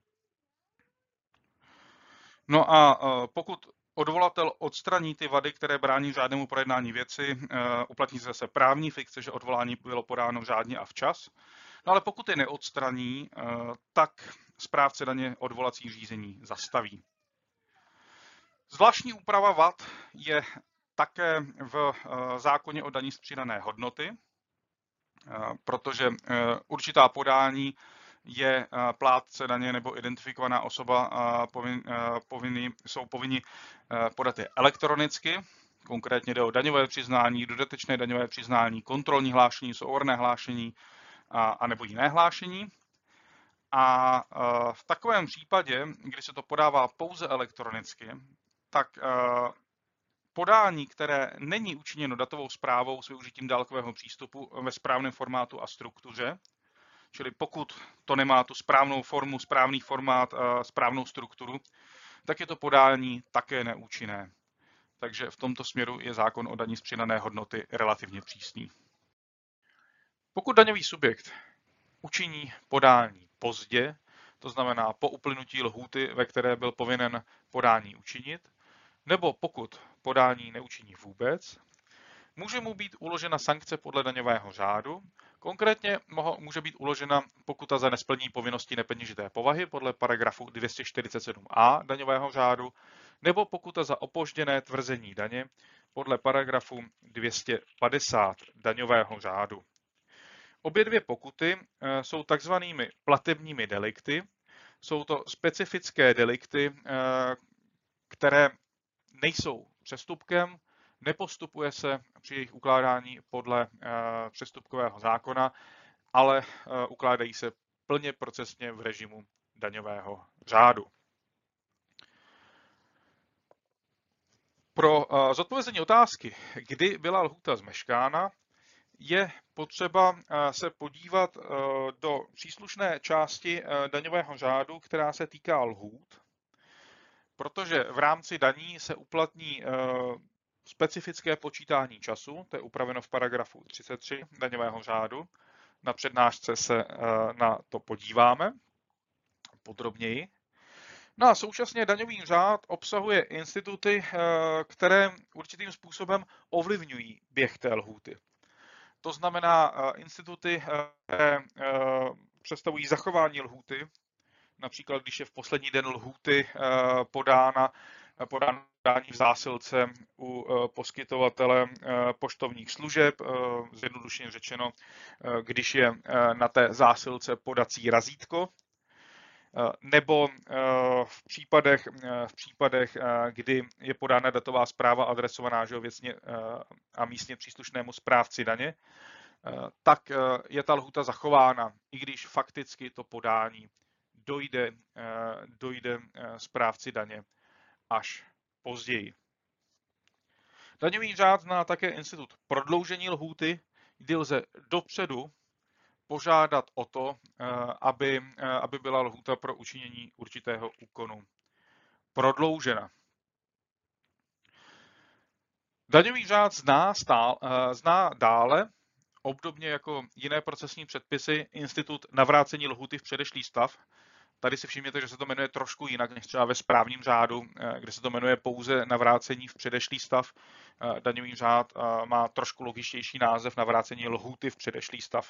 No a pokud odvolatel odstraní ty vady, které brání řádnému projednání věci, uplatní se zase právní fikce, že odvolání bylo podáno řádně a včas. No ale pokud je neodstraní, tak správce daně odvolací řízení zastaví. Zvláštní úprava vad je také v zákoně o daní z přidané hodnoty, protože určitá podání je plátce daně nebo identifikovaná osoba povinný, jsou povinni podat je elektronicky. Konkrétně jde o daňové přiznání, dodatečné daňové přiznání, kontrolní hlášení, souhrnné hlášení a, a nebo jiné hlášení. A v takovém případě, kdy se to podává pouze elektronicky, tak podání, které není učiněno datovou správou s využitím dálkového přístupu ve správném formátu a struktuře, čili pokud to nemá tu správnou formu, správný formát, správnou strukturu, tak je to podání také neúčinné. Takže v tomto směru je zákon o dani z přidané hodnoty relativně přísný. Pokud daňový subjekt učiní podání pozdě, to znamená po uplynutí lhůty, ve které byl povinen podání učinit, nebo pokud podání neučiní vůbec, může mu být uložena sankce podle daňového řádu. Konkrétně může být uložena pokuta za nesplnění povinnosti nepeněžité povahy podle paragrafu dvě stě čtyřicet sedm a daňového řádu, nebo pokuta za opožděné tvrzení daně podle paragrafu dvě stě padesát daňového řádu. Obě dvě pokuty jsou takzvanými platebními delikty. Jsou to specifické delikty, které nejsou přestupkem, nepostupuje se při jejich ukládání podle přestupkového zákona, ale ukládají se plně procesně v režimu daňového řádu. Pro zodpovězení otázky, kdy byla lhůta zmeškána, je potřeba se podívat do příslušné části daňového řádu, která se týká lhůt, protože v rámci daní se uplatní specifické počítání času, to je upraveno v paragrafu třicet tři daňového řádu. Na přednášce se na to podíváme podrobněji. No a současně daňový řád obsahuje instituty, které určitým způsobem ovlivňují běh té lhůty. To znamená instituty, které představují zachování lhůty, například když je v poslední den lhůty podána podání v zásilce u poskytovatele poštovních služeb, zjednodušeně řečeno, když je na té zásilce podací razítko, nebo v případech, v případech, kdy je podána datová zpráva adresovaná že věcně a místně příslušnému správci daně, tak je ta lhůta zachována, i když fakticky to podání dojde, dojde správci daně až později. Daňový řád zná také institut prodloužení lhůty, kdy lze dopředu požádat o to, aby, aby byla lhůta pro učinění určitého úkonu prodloužena. Daňový řád zná, stál, zná dále, obdobně jako jiné procesní předpisy, institut navrácení lhůty v předešlý stav. Tady si všimněte, že se to jmenuje trošku jinak než třeba ve správním řádu, kde se to jmenuje pouze navrácení v předešlý stav. Daňový řád má trošku logičtější název navrácení lhůty v předešlý stav.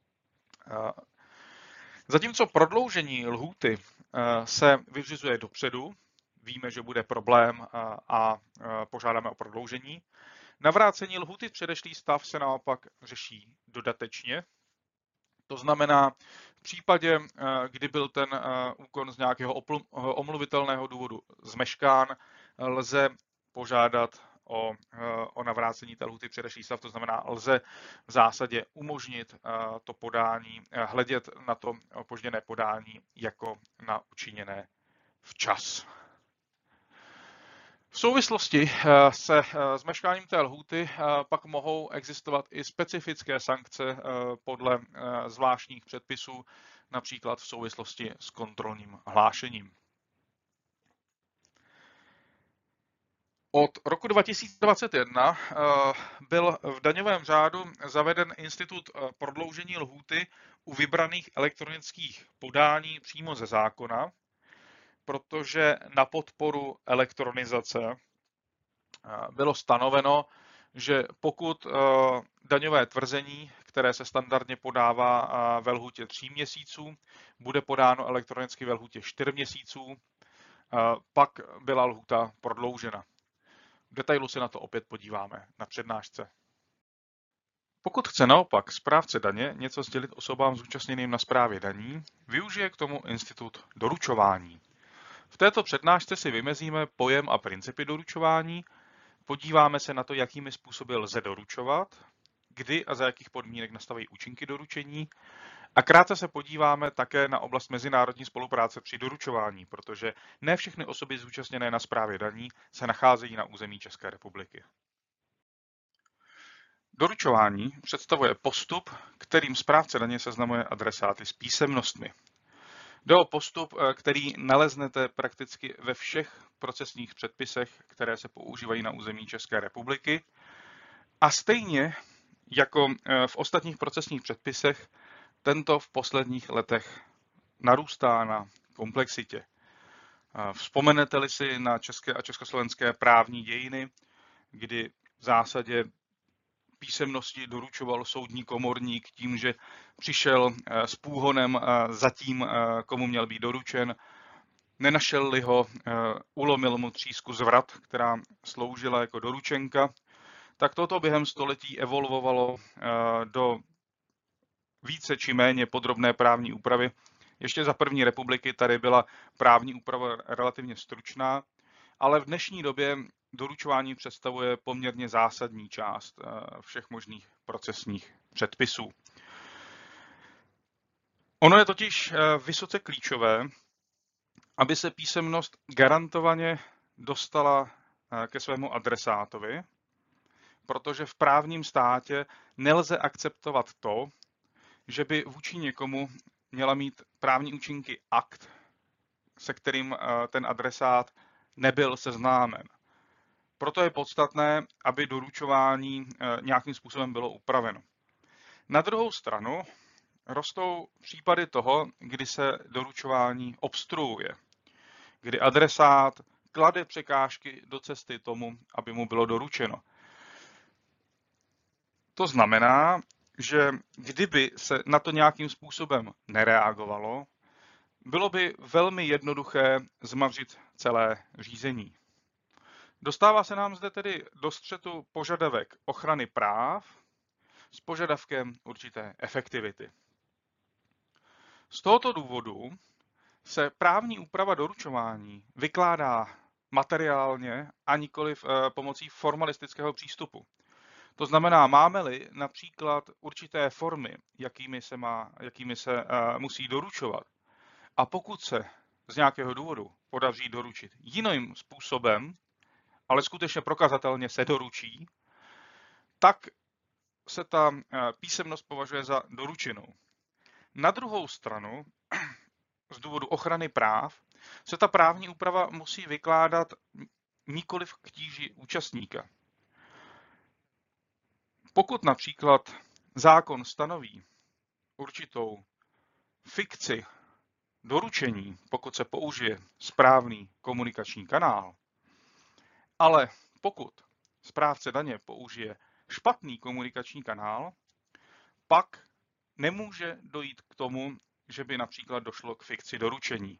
Zatímco prodloužení lhůty se vyřizuje dopředu, víme, že bude problém a požádáme o prodloužení. Navrácení lhůty v předešlý stav se naopak řeší dodatečně. To znamená, v případě, kdy byl ten úkon z nějakého omluvitelného důvodu zmeškán, lze požádat o, o navrácení té lhůty předešlý stav, to znamená, lze v zásadě umožnit to podání, hledět na to opožděné podání jako na učiněné včas. V souvislosti se zmeškáním té lhůty pak mohou existovat i specifické sankce podle zvláštních předpisů, například v souvislosti s kontrolním hlášením. Od roku dva tisíce dvacet jedna byl v daňovém řádu zaveden institut prodloužení lhůty u vybraných elektronických podání přímo ze zákona, protože na podporu elektronizace bylo stanoveno, že pokud daňové tvrzení, které se standardně podává ve lhůtě tří měsíců, bude podáno elektronicky ve lhůtě čtyř měsíců, pak byla lhůta prodloužena. V detailu se na to opět podíváme na přednášce. Pokud chce naopak správce daně něco sdělit osobám zúčastněným na správě daní, využije k tomu institut doručování. V této přednášce si vymezíme pojem a principy doručování, podíváme se na to, jakými způsoby lze doručovat, kdy a za jakých podmínek nastavují účinky doručení a krátce se podíváme také na oblast mezinárodní spolupráce při doručování, protože ne všechny osoby zúčastněné na správě daní se nacházejí na území České republiky. Doručování představuje postup, kterým správce daně seznamuje adresáty s písemnostmi. Jde o postup, který naleznete prakticky ve všech procesních předpisech, které se používají na území České republiky. A stejně jako v ostatních procesních předpisech, tento v posledních letech narůstá na komplexitě. Vzpomenete-li si na české a československé právní dějiny, kdy v zásadě písemnosti doručoval soudní komorník tím, že přišel s půhonem za tím, komu měl být doručen, nenašel-li ho, ulomil mu třísku z vrat, která sloužila jako doručenka, tak toto během století evolvovalo do více či méně podrobné právní úpravy. Ještě za první republiky tady byla právní úprava relativně stručná, ale v dnešní době doručování představuje poměrně zásadní část všech možných procesních předpisů. Ono je totiž vysoce klíčové, aby se písemnost garantovaně dostala ke svému adresátovi, protože v právním státě nelze akceptovat to, že by vůči někomu měla mít právní účinky akt, se kterým ten adresát nebyl seznámen. Proto je podstatné, aby doručování nějakým způsobem bylo upraveno. Na druhou stranu rostou případy toho, kdy se doručování obstruuje, kdy adresát klade překážky do cesty tomu, aby mu bylo doručeno. To znamená, že kdyby se na to nějakým způsobem nereagovalo, bylo by velmi jednoduché zmařit celé řízení. Dostává se nám zde tedy do střetu požadavek ochrany práv s požadavkem určité efektivity. Z tohoto důvodu se právní úprava doručování vykládá materiálně a nikoliv pomocí formalistického přístupu. To znamená, máme-li například určité formy, jakými se, má, jakými se uh, musí doručovat, a pokud se z nějakého důvodu podaří doručit jiným způsobem, ale skutečně prokazatelně se doručí, tak se ta uh, písemnost považuje za doručenou. Na druhou stranu, z důvodu ochrany práv, se ta právní úprava musí vykládat nikoliv k tíži účastníka. Pokud například zákon stanoví určitou fikci doručení, pokud se použije správný komunikační kanál, ale pokud správce daně použije špatný komunikační kanál, pak nemůže dojít k tomu, že by například došlo k fikci doručení.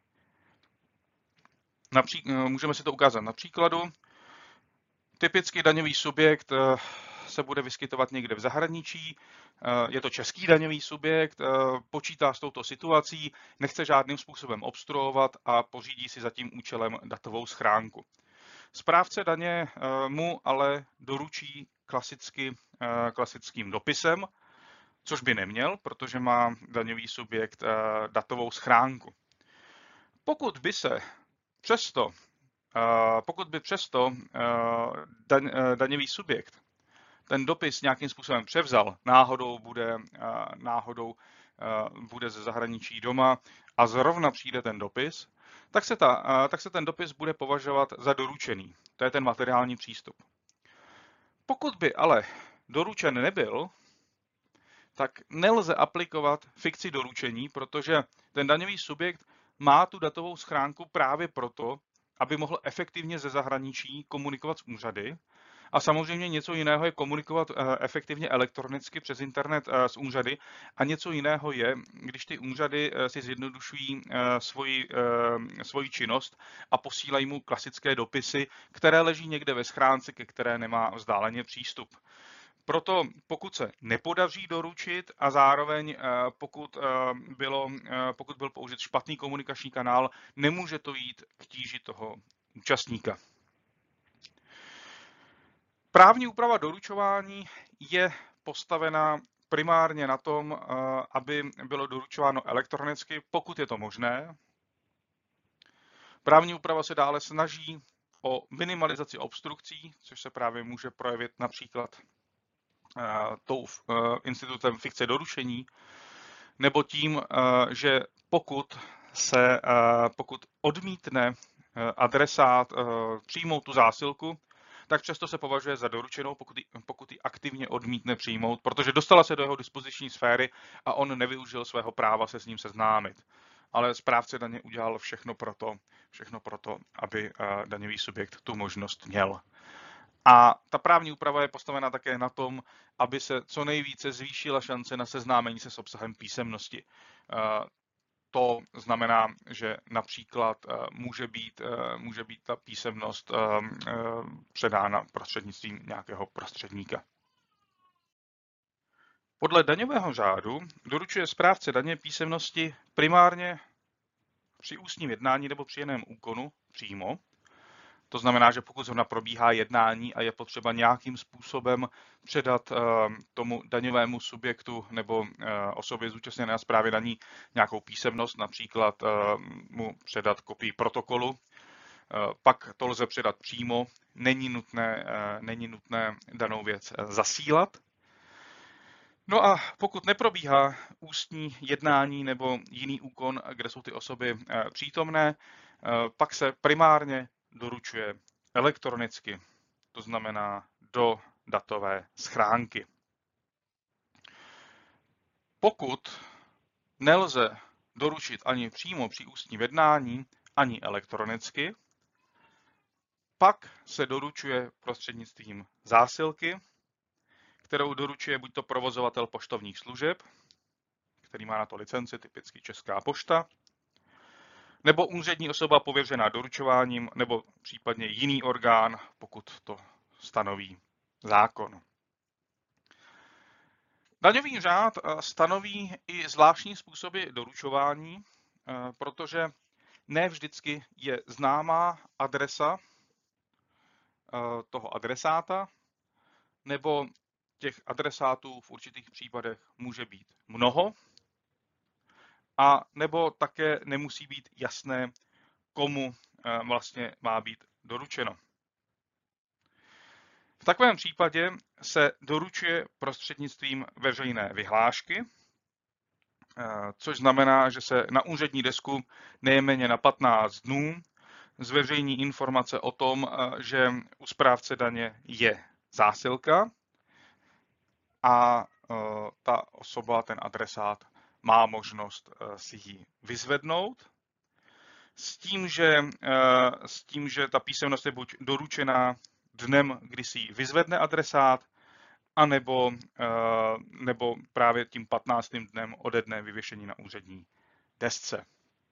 Napří, můžeme si to ukázat na příkladu. Typický daňový subjekt se bude vyskytovat někde v zahraničí, je to český daňový subjekt, počítá s touto situací, nechce žádným způsobem obstruovat a pořídí si za tím účelem datovou schránku. Správce daně mu ale doručí klasicky, klasickým dopisem, což by neměl, protože má daňový subjekt datovou schránku. Pokud by se přesto, pokud by přesto daň, daňový subjekt ten dopis nějakým způsobem převzal, náhodou bude, náhodou bude ze zahraničí doma a zrovna přijde ten dopis, tak se, ta, tak se ten dopis bude považovat za doručený. To je ten materiální přístup. Pokud by ale doručen nebyl, tak nelze aplikovat fikci doručení, protože ten daňový subjekt má tu datovou schránku právě proto, aby mohl efektivně ze zahraničí komunikovat s úřady. A samozřejmě něco jiného je komunikovat efektivně elektronicky přes internet s úřady a něco jiného je, když ty úřady si zjednodušují svoji, svoji činnost a posílají mu klasické dopisy, které leží někde ve schránce, ke které nemá vzdáleně přístup. Proto pokud se nepodaří doručit a zároveň pokud, bylo, pokud byl použit špatný komunikační kanál, nemůže to jít k tíži toho účastníka. Právní úprava doručování je postavena primárně na tom, aby bylo doručováno elektronicky, pokud je to možné. Právní úprava se dále snaží o minimalizaci obstrukcí, což se právě může projevit například tou institutem fikce doručení, nebo tím, že pokud se, pokud odmítne adresát přijmout tu zásilku, tak přesto se považuje za doručenou, pokud ji, pokud ji aktivně odmítne přijmout, protože dostala se do jeho dispoziční sféry a on nevyužil svého práva se s ním seznámit. Ale správce daně udělal všechno proto, všechno proto, aby daňový subjekt tu možnost měl. A ta právní úprava je postavena také na tom, aby se co nejvíce zvýšila šance na seznámení se s obsahem písemnosti. To znamená, že například může být, může být ta písemnost předána prostřednictvím nějakého prostředníka. Podle daňového řádu doručuje správce daně písemnosti primárně při ústním jednání nebo při jiném úkonu přímo. To znamená, že pokud zrovna probíhá jednání a je potřeba nějakým způsobem předat tomu daňovému subjektu nebo osobě zúčastněné na správě daní nějakou písemnost, například mu předat kopii protokolu, pak to lze předat přímo, není nutné, není nutné danou věc zasílat. No a pokud neprobíhá ústní jednání nebo jiný úkon, kde jsou ty osoby přítomné, pak se primárně doručuje elektronicky, to znamená do datové schránky. Pokud nelze doručit ani přímo při ústním jednání, ani elektronicky, pak se doručuje prostřednictvím zásilky, kterou doručuje buď to provozovatel poštovních služeb, který má na to licenci, typicky Česká pošta, nebo úřední osoba pověřená doručováním, nebo případně jiný orgán, pokud to stanoví zákon. Daňový řád stanoví i zvláštní způsoby doručování, protože ne vždycky je známá adresa toho adresáta, nebo těch adresátů v určitých případech může být mnoho, a nebo také nemusí být jasné, komu vlastně má být doručeno. V takovém případě se doručuje prostřednictvím veřejné vyhlášky, což znamená, že se na úřední desku nejméně na patnáct dnů zveřejní informace o tom, že u správce daně je zásilka a ta osoba, ten adresát, má možnost si ji vyzvednout. S tím, že, s tím, že ta písemnost je buď doručená dnem, kdy si ji vyzvedne adresát, anebo nebo právě tím patnáctým dnem ode dne vyvěšení na úřední desce.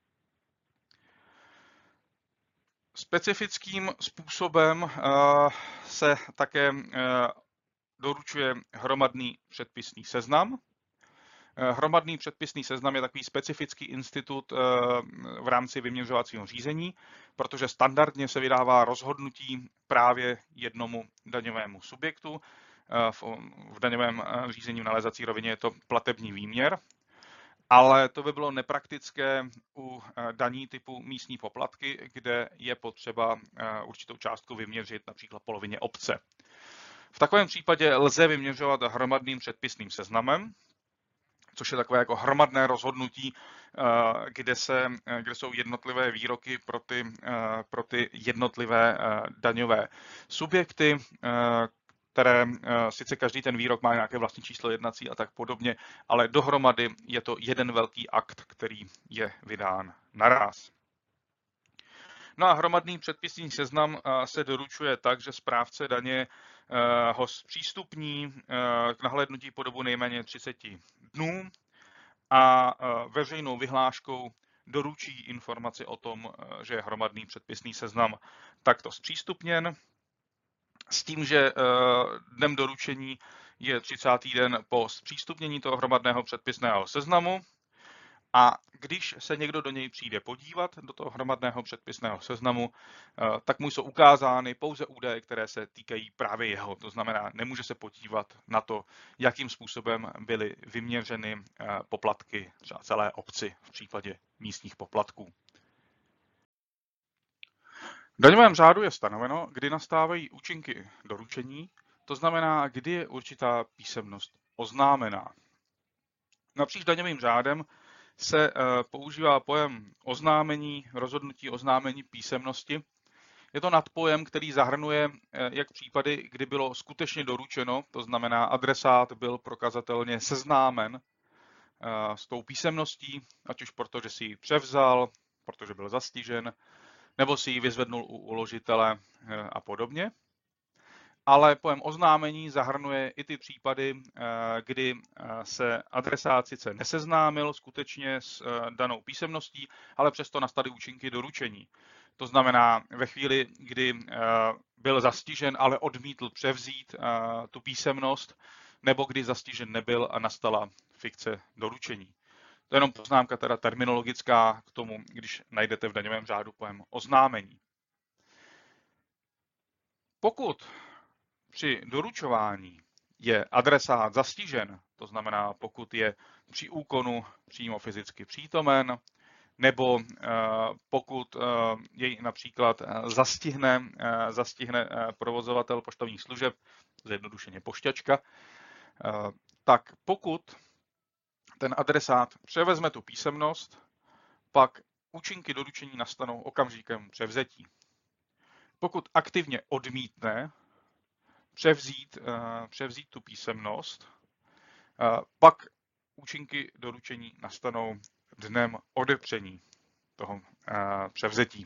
Specifickým způsobem se také doručuje hromadný předpisný seznam. Hromadný předpisný seznam je takový specifický institut v rámci vyměřovacího řízení, protože standardně se vydává rozhodnutí právě jednomu daňovému subjektu. V daňovém řízení v nalézací rovině je to platební výměr, ale to by bylo nepraktické u daní typu místní poplatky, kde je potřeba určitou částku vyměřit například polovině obce. V takovém případě lze vyměřovat hromadným předpisným seznamem, což je takové jako hromadné rozhodnutí, kde, se, kde jsou jednotlivé výroky pro ty, pro ty jednotlivé daňové subjekty, které sice každý ten výrok má nějaké vlastní číslo jednací a tak podobně, ale dohromady je to jeden velký akt, který je vydán naráz. No a hromadný předpisný seznam se doručuje tak, že správce daně ho zpřístupní k nahlédnutí po dobu nejméně třicet dnů a veřejnou vyhláškou doručí informaci o tom, že je hromadný předpisný seznam takto zpřístupněn, s tím, že dnem doručení je třicátý den po zpřístupnění toho hromadného předpisného seznamu. A když se někdo do něj přijde podívat, do toho hromadného předpisného seznamu, tak mu jsou ukázány pouze údaje, které se týkají právě jeho. To znamená, nemůže se podívat na to, jakým způsobem byly vyměřeny poplatky třeba celé obci v případě místních poplatků. V daňovém řádu je stanoveno, kdy nastávají účinky doručení, to znamená, kdy je určitá písemnost oznámená. Napříč daňovým řádem se používá pojem oznámení, rozhodnutí oznámení písemnosti. Je to nadpojem, který zahrnuje jak případy, kdy bylo skutečně doručeno, to znamená adresát byl prokazatelně seznámen s tou písemností, ať už proto, že si ji převzal, protože byl zastižen, nebo si ji vyzvednul u uložitele a podobně. Ale pojem oznámení zahrnuje i ty případy, kdy se adresát sice neseznámil skutečně s danou písemností, ale přesto nastaly účinky doručení. To znamená, ve chvíli, kdy byl zastižen, ale odmítl převzít tu písemnost, nebo kdy zastižen nebyl a nastala fikce doručení. To je jenom poznámka teda terminologická k tomu, když najdete v daňovém řádu pojem oznámení. Pokud při doručování je adresát zastižen, to znamená, pokud je při úkonu přímo fyzicky přítomen, nebo pokud jej například zastihne, zastihne provozovatel poštovních služeb, zjednodušeně pošťačka, tak pokud ten adresát převezme tu písemnost, pak účinky doručení nastanou okamžikem převzetí. Pokud aktivně odmítne převzít, převzít tu písemnost, pak účinky doručení nastanou dnem odepření toho převzetí.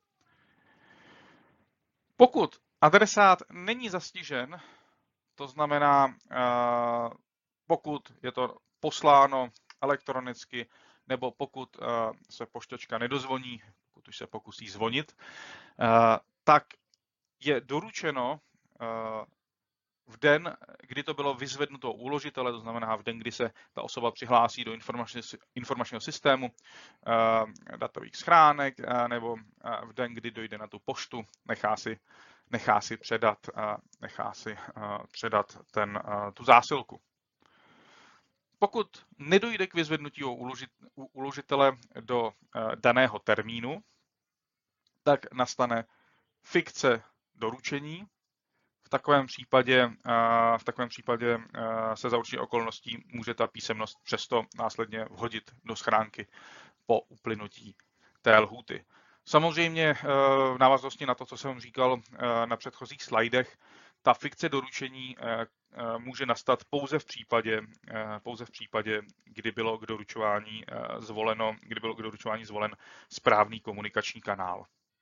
Pokud adresát není zastižen, to znamená, pokud je to posláno elektronicky, nebo pokud se pošťačka nedozvoní, pokud už se pokusí zvonit, tak je doručeno v den, kdy to bylo vyzvednuto u uložitele, to znamená v den, kdy se ta osoba přihlásí do informačního systému, datových schránek, nebo v den, kdy dojde na tu poštu, nechá si, nechá si předat, nechá si předat ten, tu zásilku. Pokud nedojde k vyzvednutí u uložitele do daného termínu, tak nastane fikce doručení. V takovém případě, v takovém případě se za určitých okolností může ta písemnost přesto následně vhodit do schránky po uplynutí té lhůty. Samozřejmě v návaznosti na to, co jsem říkal na předchozích slajdech, ta fikce doručení může nastat pouze v případě, pouze v případě, kdy bylo k doručování zvoleno, kdy bylo k doručování zvolen správný komunikační kanál.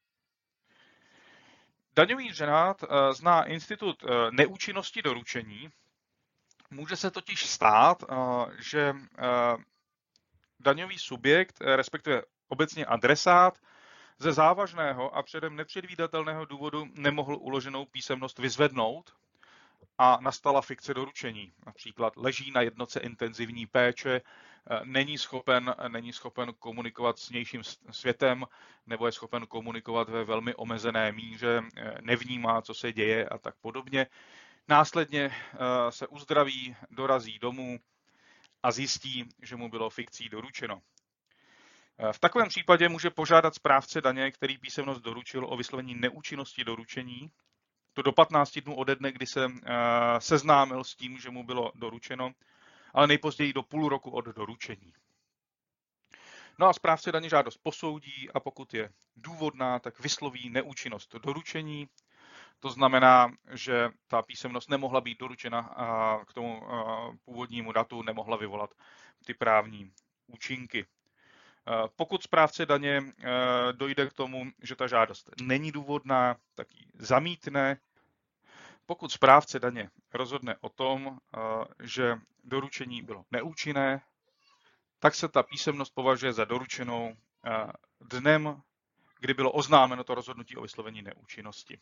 Daňový řád zná institut neúčinnosti doručení. Může se totiž stát, že daňový subjekt, respektive obecně adresát, ze závažného a předem nepředvídatelného důvodu nemohl uloženou písemnost vyzvednout a nastala fikce doručení. Například leží na jednotce intenzivní péče, není schopen, není schopen komunikovat s vnějším světem, nebo je schopen komunikovat ve velmi omezené míře, nevnímá, co se děje a tak podobně. Následně se uzdraví, dorazí domů a zjistí, že mu bylo fikcí doručeno. V takovém případě může požádat správce daně, který písemnost doručil, o vyslovení neúčinnosti doručení, to do patnácti dnů ode dne, kdy se seznámil s tím, že mu bylo doručeno, ale nejpozději do půl roku od doručení. No a správce daně žádost posoudí a pokud je důvodná, tak vysloví neúčinnost doručení. To znamená, že ta písemnost nemohla být doručena a k tomu původnímu datu nemohla vyvolat ty právní účinky. Pokud správce daně dojde k tomu, že ta žádost není důvodná, tak ji zamítne. Pokud správce daně rozhodne o tom, že doručení bylo neúčinné, tak se ta písemnost považuje za doručenou dnem, kdy bylo oznámeno to rozhodnutí o vyslovení neúčinnosti.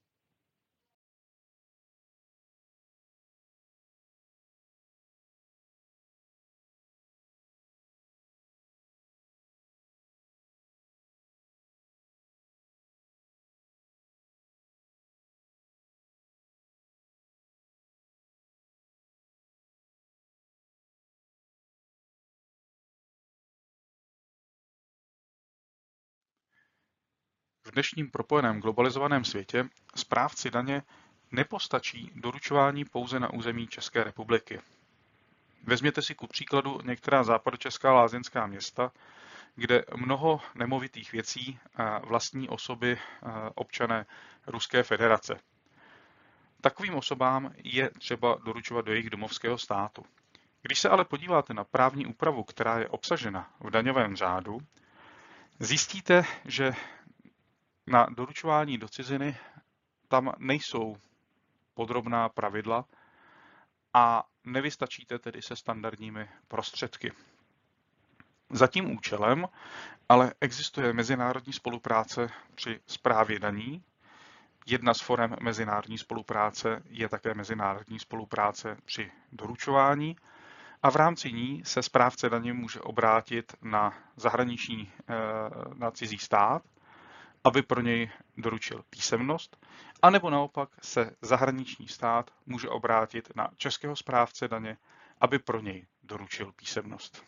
V dnešním propojeném globalizovaném světě správci daně nepostačí doručování pouze na území České republiky. Vezměte si ku příkladu některá západočeská lázeňská města, kde mnoho nemovitých věcí vlastní osoby občané Ruské federace. Takovým osobám je třeba doručovat do jejich domovského státu. Když se ale podíváte na právní úpravu, která je obsažena v daňovém řádu, zjistíte, že na doručování do ciziny tam nejsou podrobná pravidla a nevystačíte tedy se standardními prostředky. Za tím účelem ale existuje mezinárodní spolupráce při správě daní. Jedna z forem mezinárodní spolupráce je také mezinárodní spolupráce při doručování a v rámci ní se správce daně může obrátit na zahraniční, na cizí stát, aby pro něj doručil písemnost, anebo naopak se zahraniční stát může obrátit na českého správce daně, aby pro něj doručil písemnost.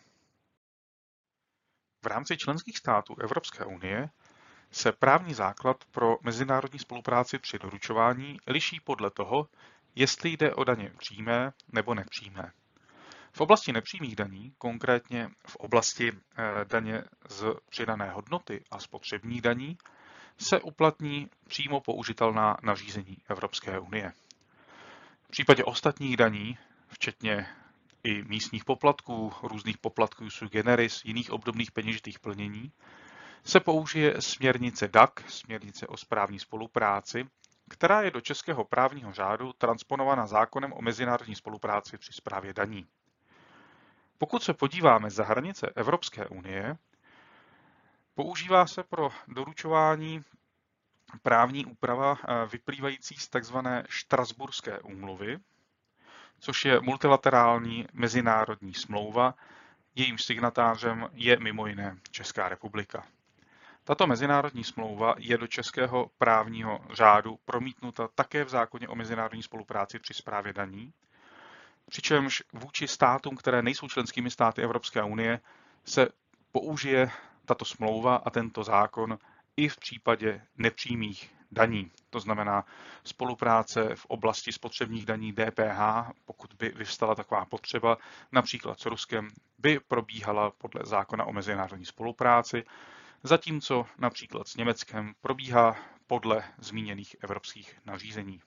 V rámci členských států Evropské unie se právní základ pro mezinárodní spolupráci při doručování liší podle toho, jestli jde o daně přímé nebo nepřímé. V oblasti nepřímých daní, konkrétně v oblasti daně z přidané hodnoty a spotřebních daní, se uplatní přímo použitelná nařízení Evropské unie. V případě ostatních daní, včetně i místních poplatků, různých poplatků sui generis, jiných obdobných peněžitých plnění, se použije směrnice D A C, směrnice o správní spolupráci, která je do českého právního řádu transponována zákonem o mezinárodní spolupráci při správě daní. Pokud se podíváme za hranice Evropské unie, používá se pro doručování právní úprava vyplývající z tzv. Štrasburské úmluvy, což je multilaterální mezinárodní smlouva, jejímž signatářem je mimo jiné Česká republika. Tato mezinárodní smlouva je do českého právního řádu promítnuta také v zákoně o mezinárodní spolupráci při správě daní, přičemž vůči státům, které nejsou členskými státy Evropské unie, se použije tato smlouva a tento zákon i v případě nepřímých daní. To znamená spolupráce v oblasti spotřebních daní D P H, pokud by vyvstala taková potřeba, například s Ruskem, by probíhala podle zákona o mezinárodní spolupráci, zatímco například s Německem probíhá podle zmíněných evropských nařízení.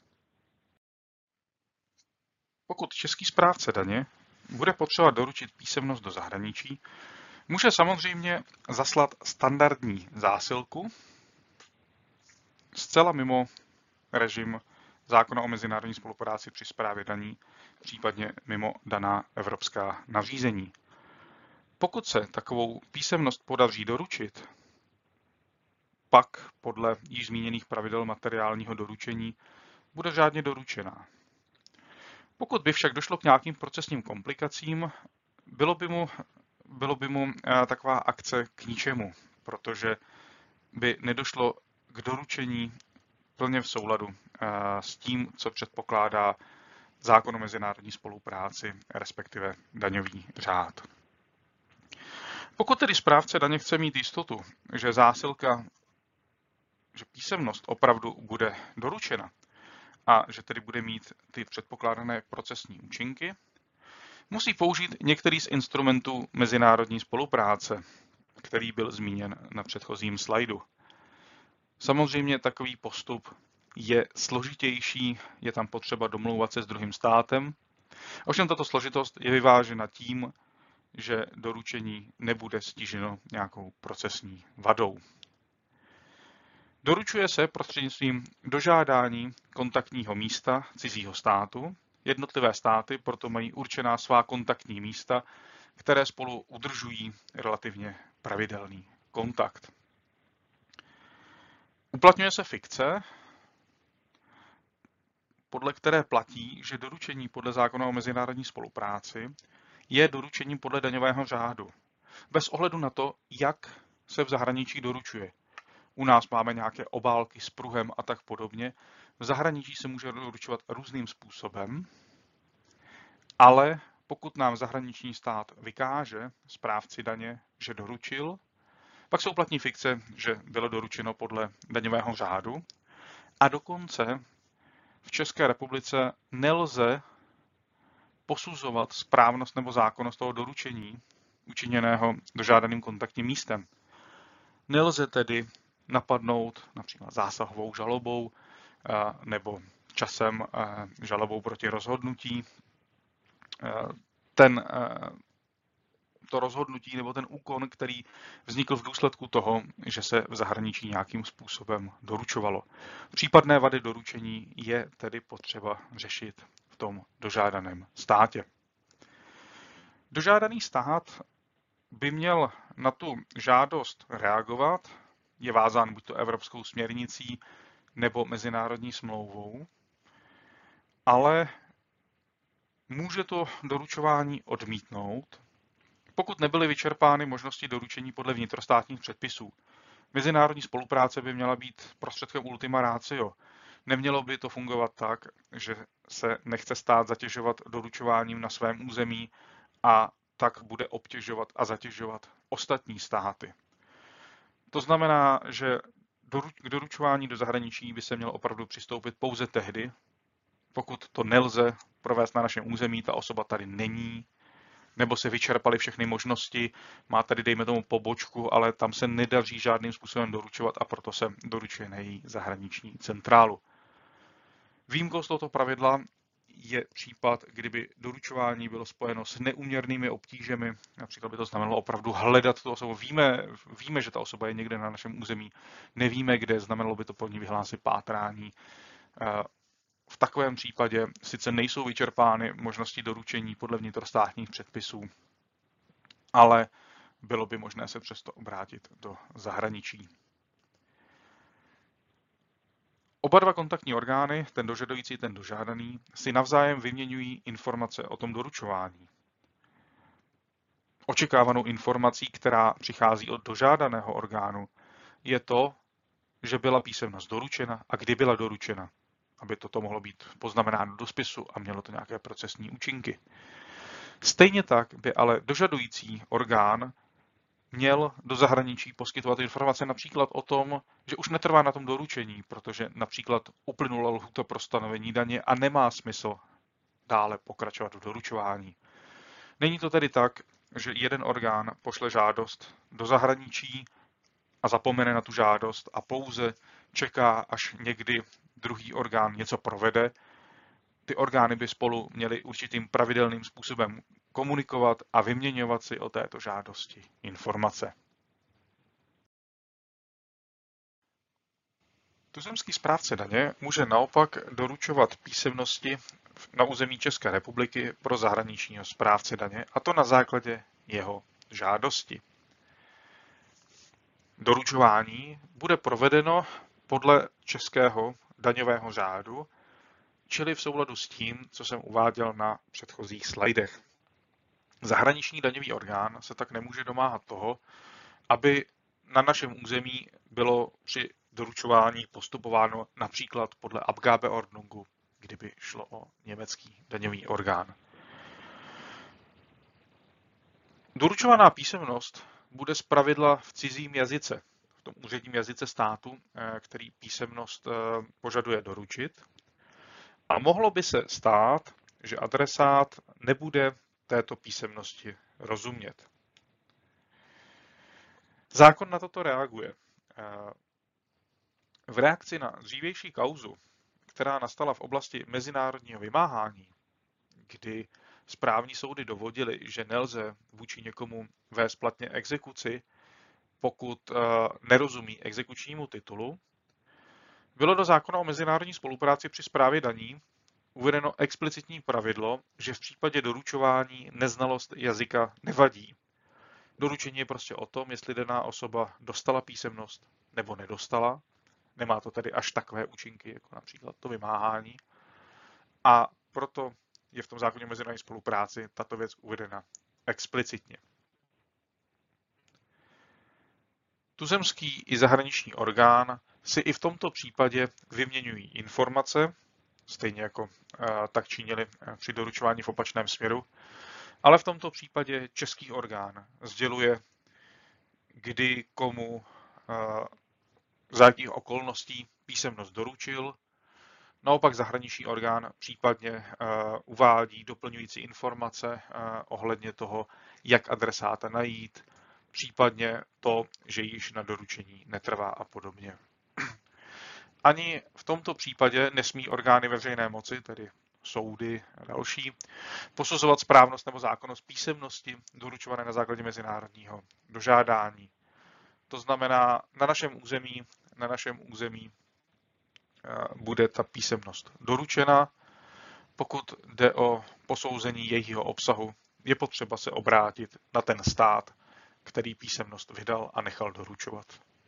Pokud český správce daně bude potřebovat doručit písemnost do zahraničí, může samozřejmě zaslat standardní zásilku zcela mimo režim zákona o mezinárodní spolupráci při správě daní, případně mimo daná evropská nařízení. Pokud se takovou písemnost podaří doručit, pak podle již zmíněných pravidel materiálního doručení bude řádně doručená. Pokud by však došlo k nějakým procesním komplikacím, bylo by mu, bylo by mu taková akce k ničemu, protože by nedošlo k doručení plně v souladu s tím, co předpokládá zákon o mezinárodní spolupráci, respektive daňový řád. Pokud tedy správce daně chce mít jistotu, že zásilka, že písemnost opravdu bude doručena a že tedy bude mít ty předpokládané procesní účinky, musí použít některý z instrumentů mezinárodní spolupráce, který byl zmíněn na předchozím slajdu. Samozřejmě takový postup je složitější, je tam potřeba domlouvat se s druhým státem. Ovšem tato složitost je vyvážena tím, že doručení nebude stiženo nějakou procesní vadou. Doručuje se prostřednictvím dožádání kontaktního místa cizího státu. Jednotlivé státy proto mají určená svá kontaktní místa, které spolu udržují relativně pravidelný kontakt. Uplatňuje se fikce, podle které platí, že doručení podle zákona o mezinárodní spolupráci je doručením podle daňového řádu. Bez ohledu na to, jak se v zahraničí doručuje. U nás máme nějaké obálky s pruhem a tak podobně. V zahraničí se může doručovat různým způsobem, ale pokud nám zahraniční stát vykáže správci daně, že doručil, pak se uplatní fikce, že bylo doručeno podle daňového řádu a dokonce v České republice nelze posuzovat správnost nebo zákonnost toho doručení učiněného dožádaným kontaktním místem. Nelze tedy napadnout například zásahovou žalobou nebo časem žalobou proti rozhodnutí ten, to rozhodnutí nebo ten úkon, který vznikl v důsledku toho, že se v zahraničí nějakým způsobem doručovalo. Případné vady doručení je tedy potřeba řešit v tom dožádaném státě. Dožádaný stát by měl na tu žádost reagovat, je vázán buď to evropskou směrnicí nebo mezinárodní smlouvou, ale může to doručování odmítnout, pokud nebyly vyčerpány možnosti doručení podle vnitrostátních předpisů. Mezinárodní spolupráce by měla být prostředkem ultima ratio. Nemělo by to fungovat tak, že se nechce stát zatěžovat doručováním na svém území a tak bude obtěžovat a zatěžovat ostatní státy. To znamená, že k doručování do zahraničí by se mělo opravdu přistoupit pouze tehdy, pokud to nelze provést na našem území, ta osoba tady není, nebo se vyčerpaly všechny možnosti, má tady, dejme tomu, pobočku, ale tam se nedaří žádným způsobem doručovat a proto se doručuje na její zahraniční centrálu. Výjimkou z tohoto pravidla je případ, kdyby doručování bylo spojeno s neúměrnými obtížemi, například by to znamenalo opravdu hledat tu osobu. Víme, víme, že ta osoba je někde na našem území, nevíme kde, znamenalo by to po ní vyhlásit pátrání. V takovém případě sice nejsou vyčerpány možnosti doručení podle vnitrostátních předpisů, ale bylo by možné se přesto obrátit do zahraničí. Oba dva kontaktní orgány, ten dožadující, ten dožádaný, si navzájem vyměňují informace o tom doručování. Očekávanou informací, která přichází od dožádaného orgánu, je to, že byla písemnost doručena a kdy byla doručena, aby toto mohlo být poznamenáno do spisu a mělo to nějaké procesní účinky. Stejně tak by ale dožadující orgán měl do zahraničí poskytovat informace například o tom, že už netrvá na tom doručení, protože například uplynula lhůta pro stanovení daně a nemá smysl dále pokračovat v doručování. Není to tedy tak, že jeden orgán pošle žádost do zahraničí a zapomene na tu žádost a pouze čeká, až někdy druhý orgán něco provede. Ty orgány by spolu měly určitým pravidelným způsobem komunikovat a vyměňovat si o této žádosti informace. Tuzemský správce daně může naopak doručovat písemnosti na území České republiky pro zahraničního správce daně, a to na základě jeho žádosti. Doručování bude provedeno podle českého daňového řádu, čili v souladu s tím, co jsem uváděl na předchozích slajdech. Zahraniční daňový orgán se tak nemůže domáhat toho, aby na našem území bylo při doručování postupováno například podle Abgabeordnungu, kdyby šlo o německý daňový orgán. Doručovaná písemnost bude zpravidla v cizím jazyce, v tom úředním jazyce státu, který písemnost požaduje doručit. A mohlo by se stát, že adresát nebude této písemnosti rozumět. Zákon na toto reaguje. V reakci na dřívější kauzu, která nastala v oblasti mezinárodního vymáhání, kdy správní soudy dovodily, že nelze vůči někomu vést platně exekuci, pokud nerozumí exekučnímu titulu, bylo do zákona o mezinárodní spolupráci při správě daní uvedeno explicitní pravidlo, že v případě doručování neznalost jazyka nevadí. Doručení je prostě o tom, jestli daná osoba dostala písemnost nebo nedostala. Nemá to tedy až takové účinky, jako například to vymáhání. A proto je v tom zákoně o mezinárodní spolupráci tato věc uvedena explicitně. Tuzemský i zahraniční orgán si i v tomto případě vyměňují informace, stejně jako tak činili při doručování v opačném směru, ale v tomto případě český orgán sděluje, kdy komu za jakých okolností písemnost doručil, Naopak zahraniční orgán případně uh, uvádí doplňující informace uh, ohledně toho, jak adresáta najít, případně to, že již na doručení netrvá a podobně. Ani v tomto případě nesmí orgány veřejné moci, tedy soudy a další, posuzovat správnost nebo zákonnost písemnosti doručované na základě mezinárodního dožádání. To znamená, na našem území, na našem území bude ta písemnost doručena. Pokud jde o posouzení jejího obsahu, je potřeba se obrátit na ten stát, který písemnost vydal a nechal doručovat.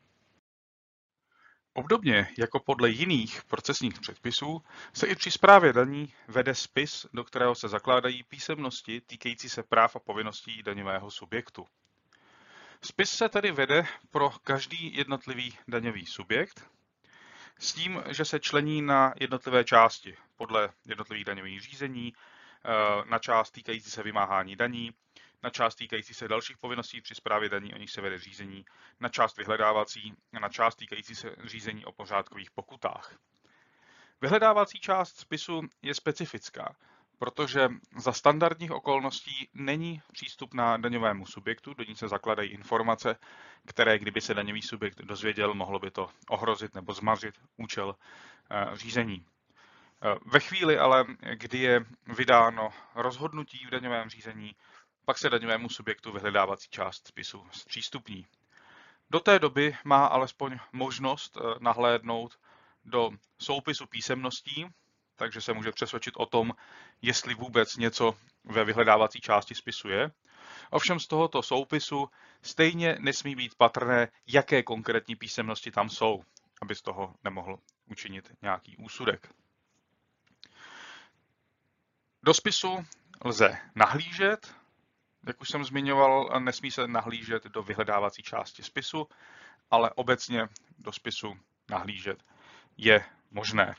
Obdobně jako podle jiných procesních předpisů se i při správě daní vede spis, do kterého se zakládají písemnosti týkající se práv a povinností daňového subjektu. Spis se tedy vede pro každý jednotlivý daňový subjekt s tím, že se člení na jednotlivé části podle jednotlivých daňových řízení, na část týkající se vymáhání daní, na část týkající se dalších povinností při správě daní, o nich se vede řízení, na část vyhledávací a na část týkající se řízení o pořádkových pokutách. Vyhledávací část spisu je specifická, protože za standardních okolností není přístupná daňovému subjektu, do ní se zakladají informace, které kdyby se daňový subjekt dozvěděl, mohlo by to ohrozit nebo zmařit účel řízení. Ve chvíli ale, kdy je vydáno rozhodnutí v daňovém řízení, pak se daňovému subjektu vyhledávací část spisu zpřístupní. Do té doby má alespoň možnost nahlédnout do soupisu písemností, takže se může přesvědčit o tom, jestli vůbec něco ve vyhledávací části spisu je. Ovšem z tohoto soupisu stejně nesmí být patrné, jaké konkrétní písemnosti tam jsou, aby z toho nemohl učinit nějaký úsudek. Do spisu lze nahlížet, jak už jsem zmiňoval, nesmí se nahlížet do vyhledávací části spisu, ale obecně do spisu nahlížet je možné.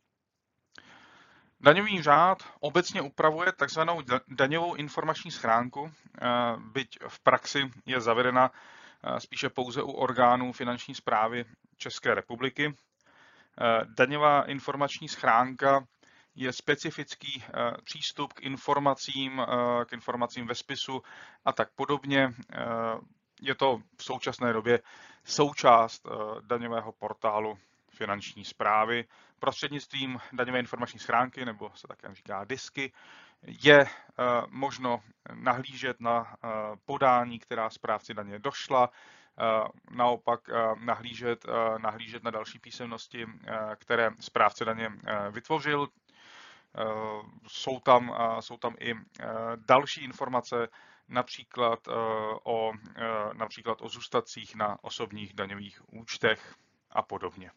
Daňový řád obecně upravuje tzv. Daňovou informační schránku, byť v praxi je zavedena spíše pouze u orgánů finanční správy České republiky. Daňová informační schránka je specifický přístup k informacím, k informacím ve spisu a tak podobně. Je to v současné době součást daňového portálu finanční správy. Prostřednictvím daňové informační schránky, nebo se také říká disky, je možno nahlížet na podání, která správci daně došla, naopak nahlížet, nahlížet na další písemnosti, které správce daně vytvořil. Jsou tam, jsou tam i další informace, například o, například o zůstatcích na osobních daňových účtech a podobně.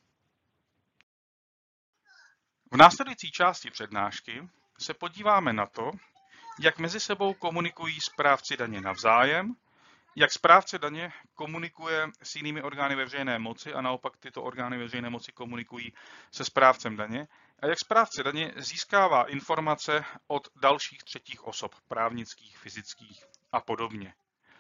V následující části přednášky se podíváme na to, jak mezi sebou komunikují správci daně navzájem, jak správce daně komunikuje s jinými orgány veřejné moci a naopak tyto orgány veřejné moci komunikují se správcem daně a jak správce daně získává informace od dalších třetích osob, právnických, fyzických a podobně.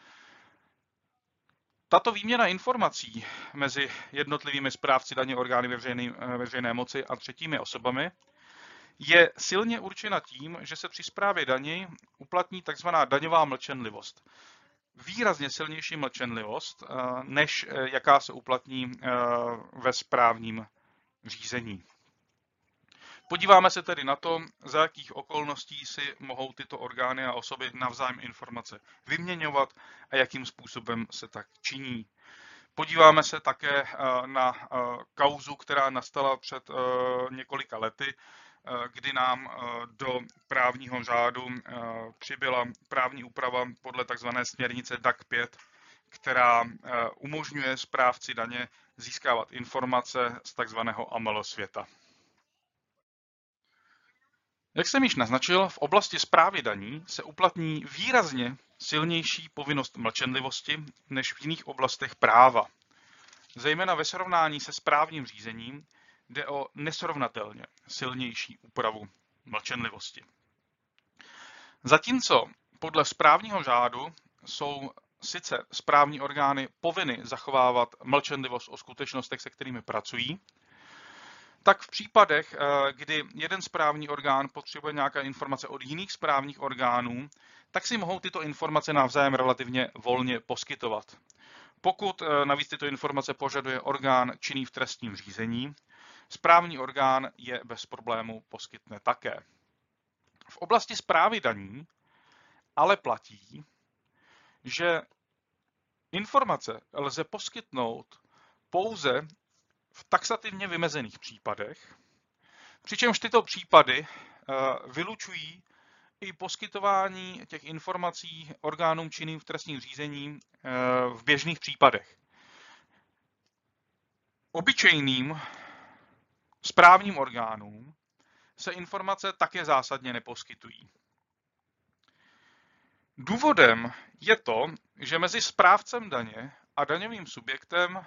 Tato výměna informací mezi jednotlivými správci daně, orgány veřejné, veřejné moci a třetími osobami je silně určena tím, že se při správě daní uplatní tzv. Daňová mlčenlivost. Výrazně silnější mlčenlivost, než jaká se uplatní ve správním řízení. Podíváme se tedy na to, za jakých okolností si mohou tyto orgány a osoby navzájem informace vyměňovat a jakým způsobem se tak činí. Podíváme se také na kauzu, která nastala před několika lety, kdy nám do právního řádu přibyla právní úprava podle tzv. Směrnice D A C pět, která umožňuje správci daně získávat informace z tzv. A M L světa. Jak jsem již naznačil, v oblasti správy daní se uplatní výrazně silnější povinnost mlčenlivosti než v jiných oblastech práva. Zejména ve srovnání se správním řízením jde o nesrovnatelně silnější úpravu mlčenlivosti. Zatímco podle správního řádu jsou sice správní orgány povinny zachovávat mlčenlivost o skutečnostech, se kterými pracují, tak v případech, kdy jeden správní orgán potřebuje nějaké informace od jiných správních orgánů, tak si mohou tyto informace navzájem relativně volně poskytovat. Pokud navíc tyto informace požaduje orgán činný v trestním řízení, správní orgán je bez problému poskytne také. V oblasti správy daní ale platí, že informace lze poskytnout pouze v taxativně vymezených případech, přičemž tyto případy vylučují i poskytování těch informací orgánům činným v trestním řízení v běžných případech. Obyčejným správním orgánům se informace také zásadně neposkytují. Důvodem je to, že mezi správcem daně a daňovým subjektem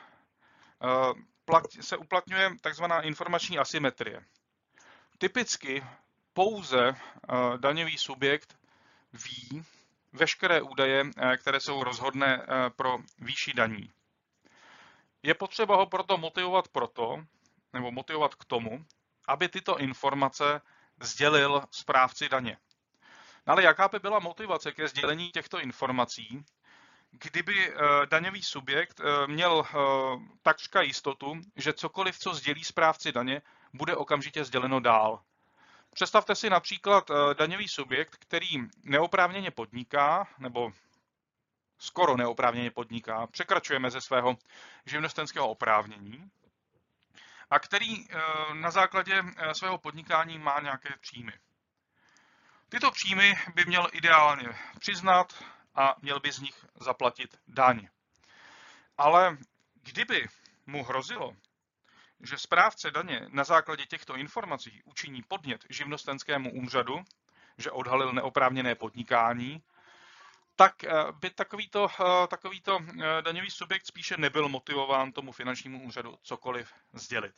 se uplatňuje tzv. Informační asymetrie. Typicky pouze daňový subjekt ví veškeré údaje, které jsou rozhodné pro výši daní. Je potřeba ho proto motivovat proto, nebo motivovat k tomu, aby tyto informace sdělil správci daně. Ale jaká by byla motivace ke sdělení těchto informací, kdyby daňový subjekt měl takřka jistotu, že cokoliv, co sdělí správci daně, bude okamžitě sděleno dál? Představte si například daňový subjekt, který neoprávněně podniká, nebo skoro neoprávněně podniká, překračuje meze svého živnostenského oprávnění a který na základě svého podnikání má nějaké příjmy. Tyto příjmy by měl ideálně přiznat a měl by z nich zaplatit daň. Ale kdyby mu hrozilo, že správce daně na základě těchto informací učiní podnět živnostenskému úřadu, že odhalil neoprávněné podnikání, tak by takovýto, takovýto daňový subjekt spíše nebyl motivován tomu finančnímu úřadu cokoliv sdělit.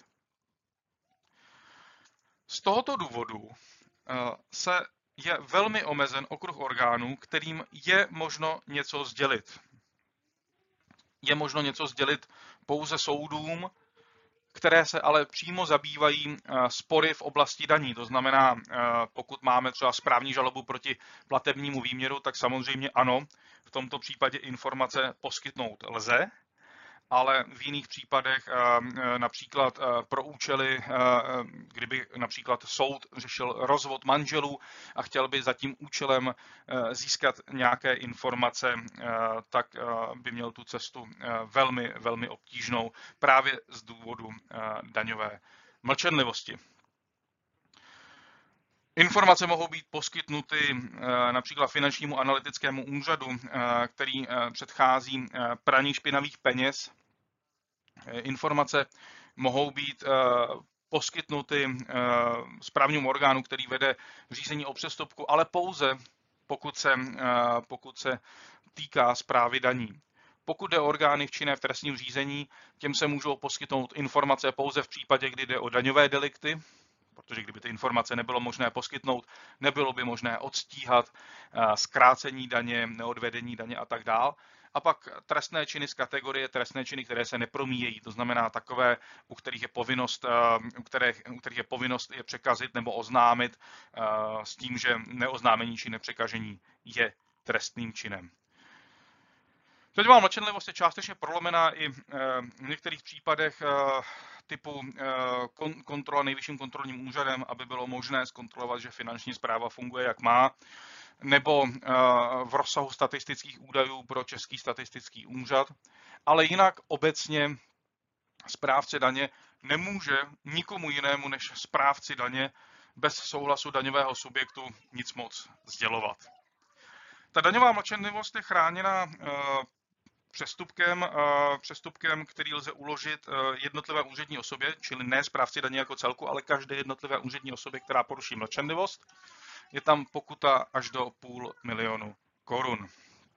Z tohoto důvodu se je velmi omezen okruh orgánů, kterým je možno něco sdělit. Je možno něco sdělit pouze soudům, které se ale přímo zabývají spory v oblasti daní. To znamená, pokud máme třeba správní žalobu proti platebnímu výměru, tak samozřejmě ano, v tomto případě informace poskytnout lze, ale v jiných případech, například pro účely, kdyby například soud řešil rozvod manželů a chtěl by za tím účelem získat nějaké informace, tak by měl tu cestu velmi, velmi obtížnou právě z důvodu daňové mlčenlivosti. Informace mohou být poskytnuty například finančnímu analytickému úřadu, který předchází praní špinavých peněz. Informace mohou být poskytnuty správnímu orgánu, který vede řízení o přestupku, ale pouze pokud se, pokud se týká správy daní. Pokud jde o orgány činné v trestním řízení, těm se můžou poskytnout informace pouze v případě, kdy jde o daňové delikty, protože kdyby ty informace nebylo možné poskytnout, nebylo by možné odstíhat zkrácení daně, neodvedení daně a tak dále. A pak trestné činy z kategorie trestné činy, které se nepromíjejí, to znamená takové, u kterých je povinnost, u kterých, u kterých je povinnost je překazit nebo oznámit s tím, že neoznámení či nepřekažení je trestným činem. Daňová mlčenlivost je částečně prolomená i v některých případech typu kontrola nejvyšším kontrolním úřadem, aby bylo možné zkontrolovat, že finanční správa funguje, jak má, nebo v rozsahu statistických údajů pro Český statistický úřad. Ale jinak obecně správce daně nemůže nikomu jinému než správci daně bez souhlasu daňového subjektu nic moc sdělovat. Ta daňová mlčenlivost je chráněna přestupkem, přestupkem, který lze uložit jednotlivé úřední osobě, čili ne správci daně jako celku, ale každé jednotlivé úřední osobě, která poruší mlčenlivost. Je tam pokuta až do půl milionu korun.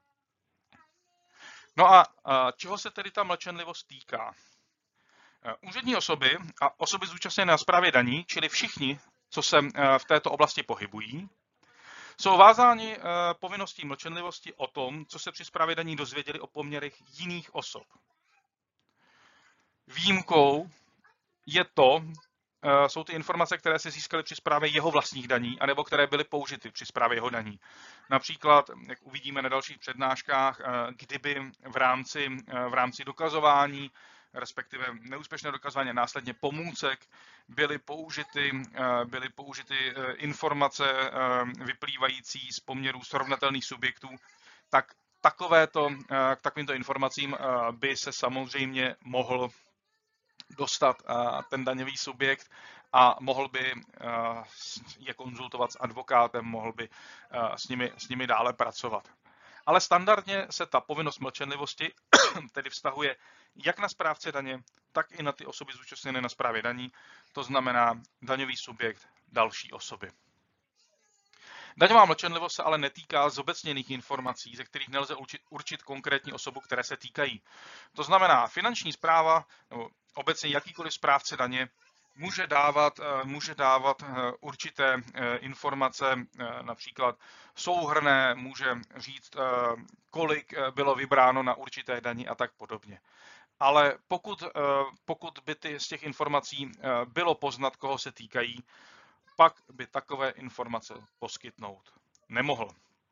No a čeho se tedy ta mlčenlivost týká? Úřední osoby a osoby zúčastněné na správě daní, čili všichni, co se v této oblasti pohybují, jsou vázáni povinností mlčenlivosti o tom, co se při správě daní dozvěděli o poměrech jiných osob. Výjimkou je to, jsou ty informace, které se získaly při správě jeho vlastních daní, anebo které byly použity při správě jeho daní. Například, jak uvidíme na dalších přednáškách, kdyby v rámci, v rámci dokazování, respektive neúspěšné dokazování následně pomůcek, byly použity, byly použity informace vyplývající z poměrů srovnatelných subjektů, tak takovéto, k takovýmto informacím by se samozřejmě mohl dostat ten daňový subjekt a mohl by je konzultovat s advokátem, mohl by s nimi, s nimi dále pracovat. Ale standardně se ta povinnost mlčenlivosti tedy vztahuje jak na správce daně, tak i na ty osoby zúčastněné na správě daní, to znamená daňový subjekt, další osoby. Daňová mlčenlivost se ale netýká zobecněných informací, ze kterých nelze určit, určit konkrétní osobu, které se týkají. To znamená, finanční správa nebo obecně jakýkoliv správce daně může dávat, může dávat určité informace, například souhrnné, může říct, kolik bylo vybráno na určité dani a tak podobně. Ale pokud, pokud by ty z těch informací bylo poznat, koho se týkají, pak by takové informace poskytnout nemohl.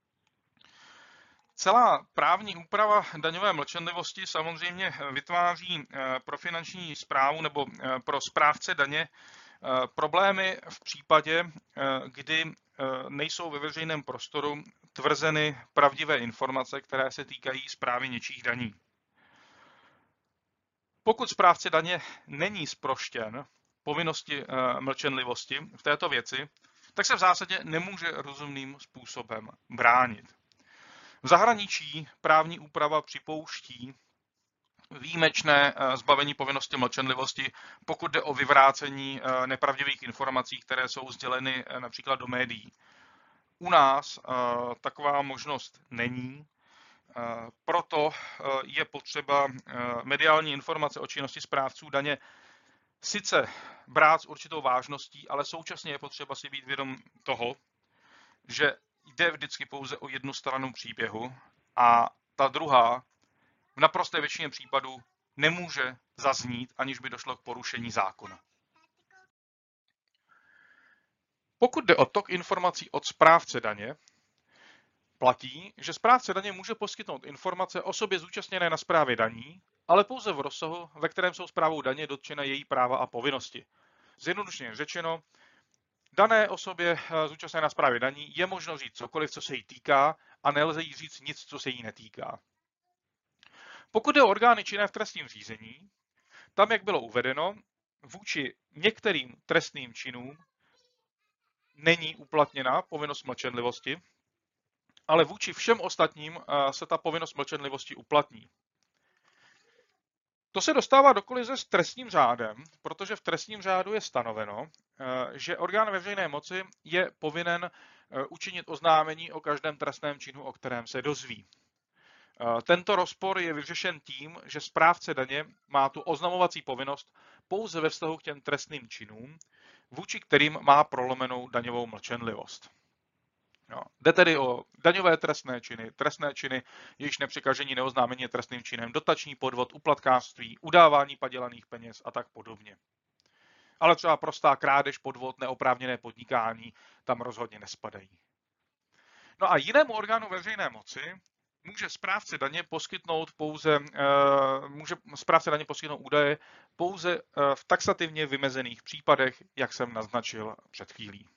Celá právní úprava daňové mlčenlivosti samozřejmě vytváří pro finanční správu nebo pro správce daně problémy v případě, kdy nejsou ve veřejném prostoru tvrzeny pravdivé informace, které se týkají správy něčích daní. Pokud správce daně není zproštěn povinnosti mlčenlivosti v této věci, tak se v zásadě nemůže rozumným způsobem bránit. V zahraničí právní úprava připouští výjimečné zbavení povinnosti mlčenlivosti, pokud jde o vyvrácení nepravdivých informací, které jsou sděleny například do médií. U nás taková možnost není, proto je potřeba mediální informace o činnosti správců daně sice brát s určitou vážností, ale současně je potřeba si být vědom toho, že jde vždycky pouze o jednu stranu příběhu a ta druhá v naprosté většině případů nemůže zaznít, aniž by došlo k porušení zákona. Pokud jde o tok informací od správce daně, platí, že správce daně může poskytnout informace osobě zúčastněné na správě daní, ale pouze v rozsahu, ve kterém jsou správou daně dotčena její práva a povinnosti. Zjednodušeně řečeno, dané osobě zúčastněné na správě daní je možno říct cokoliv, co se jí týká, a nelze jí říct nic, co se jí netýká. Pokud jde o orgány činné v trestním řízení, tam, jak bylo uvedeno, vůči některým trestným činům není uplatněna povinnost mlčenlivosti, ale vůči všem ostatním se ta povinnost mlčenlivosti uplatní. To se dostává do kolize s trestním řádem, protože v trestním řádu je stanoveno, že orgán veřejné moci je povinen učinit oznámení o každém trestném činu, o kterém se dozví. Tento rozpor je vyřešen tím, že správce daně má tu oznamovací povinnost pouze ve vztahu k těm trestným činům, vůči kterým má prolomenou daňovou mlčenlivost. No, jde tedy o daňové trestné činy, trestné činy, jejichž nepřikažení neoznámení je trestným činem, dotační podvod, úplatkářství, udávání padělaných peněz a tak podobně. Ale třeba prostá krádež, podvod, neoprávněné podnikání tam rozhodně nespadají. No a jinému orgánu veřejné moci může správce daně poskytnout pouze, může správce daně poskytnout údaje pouze v taxativně vymezených případech, jak jsem naznačil před chvílí.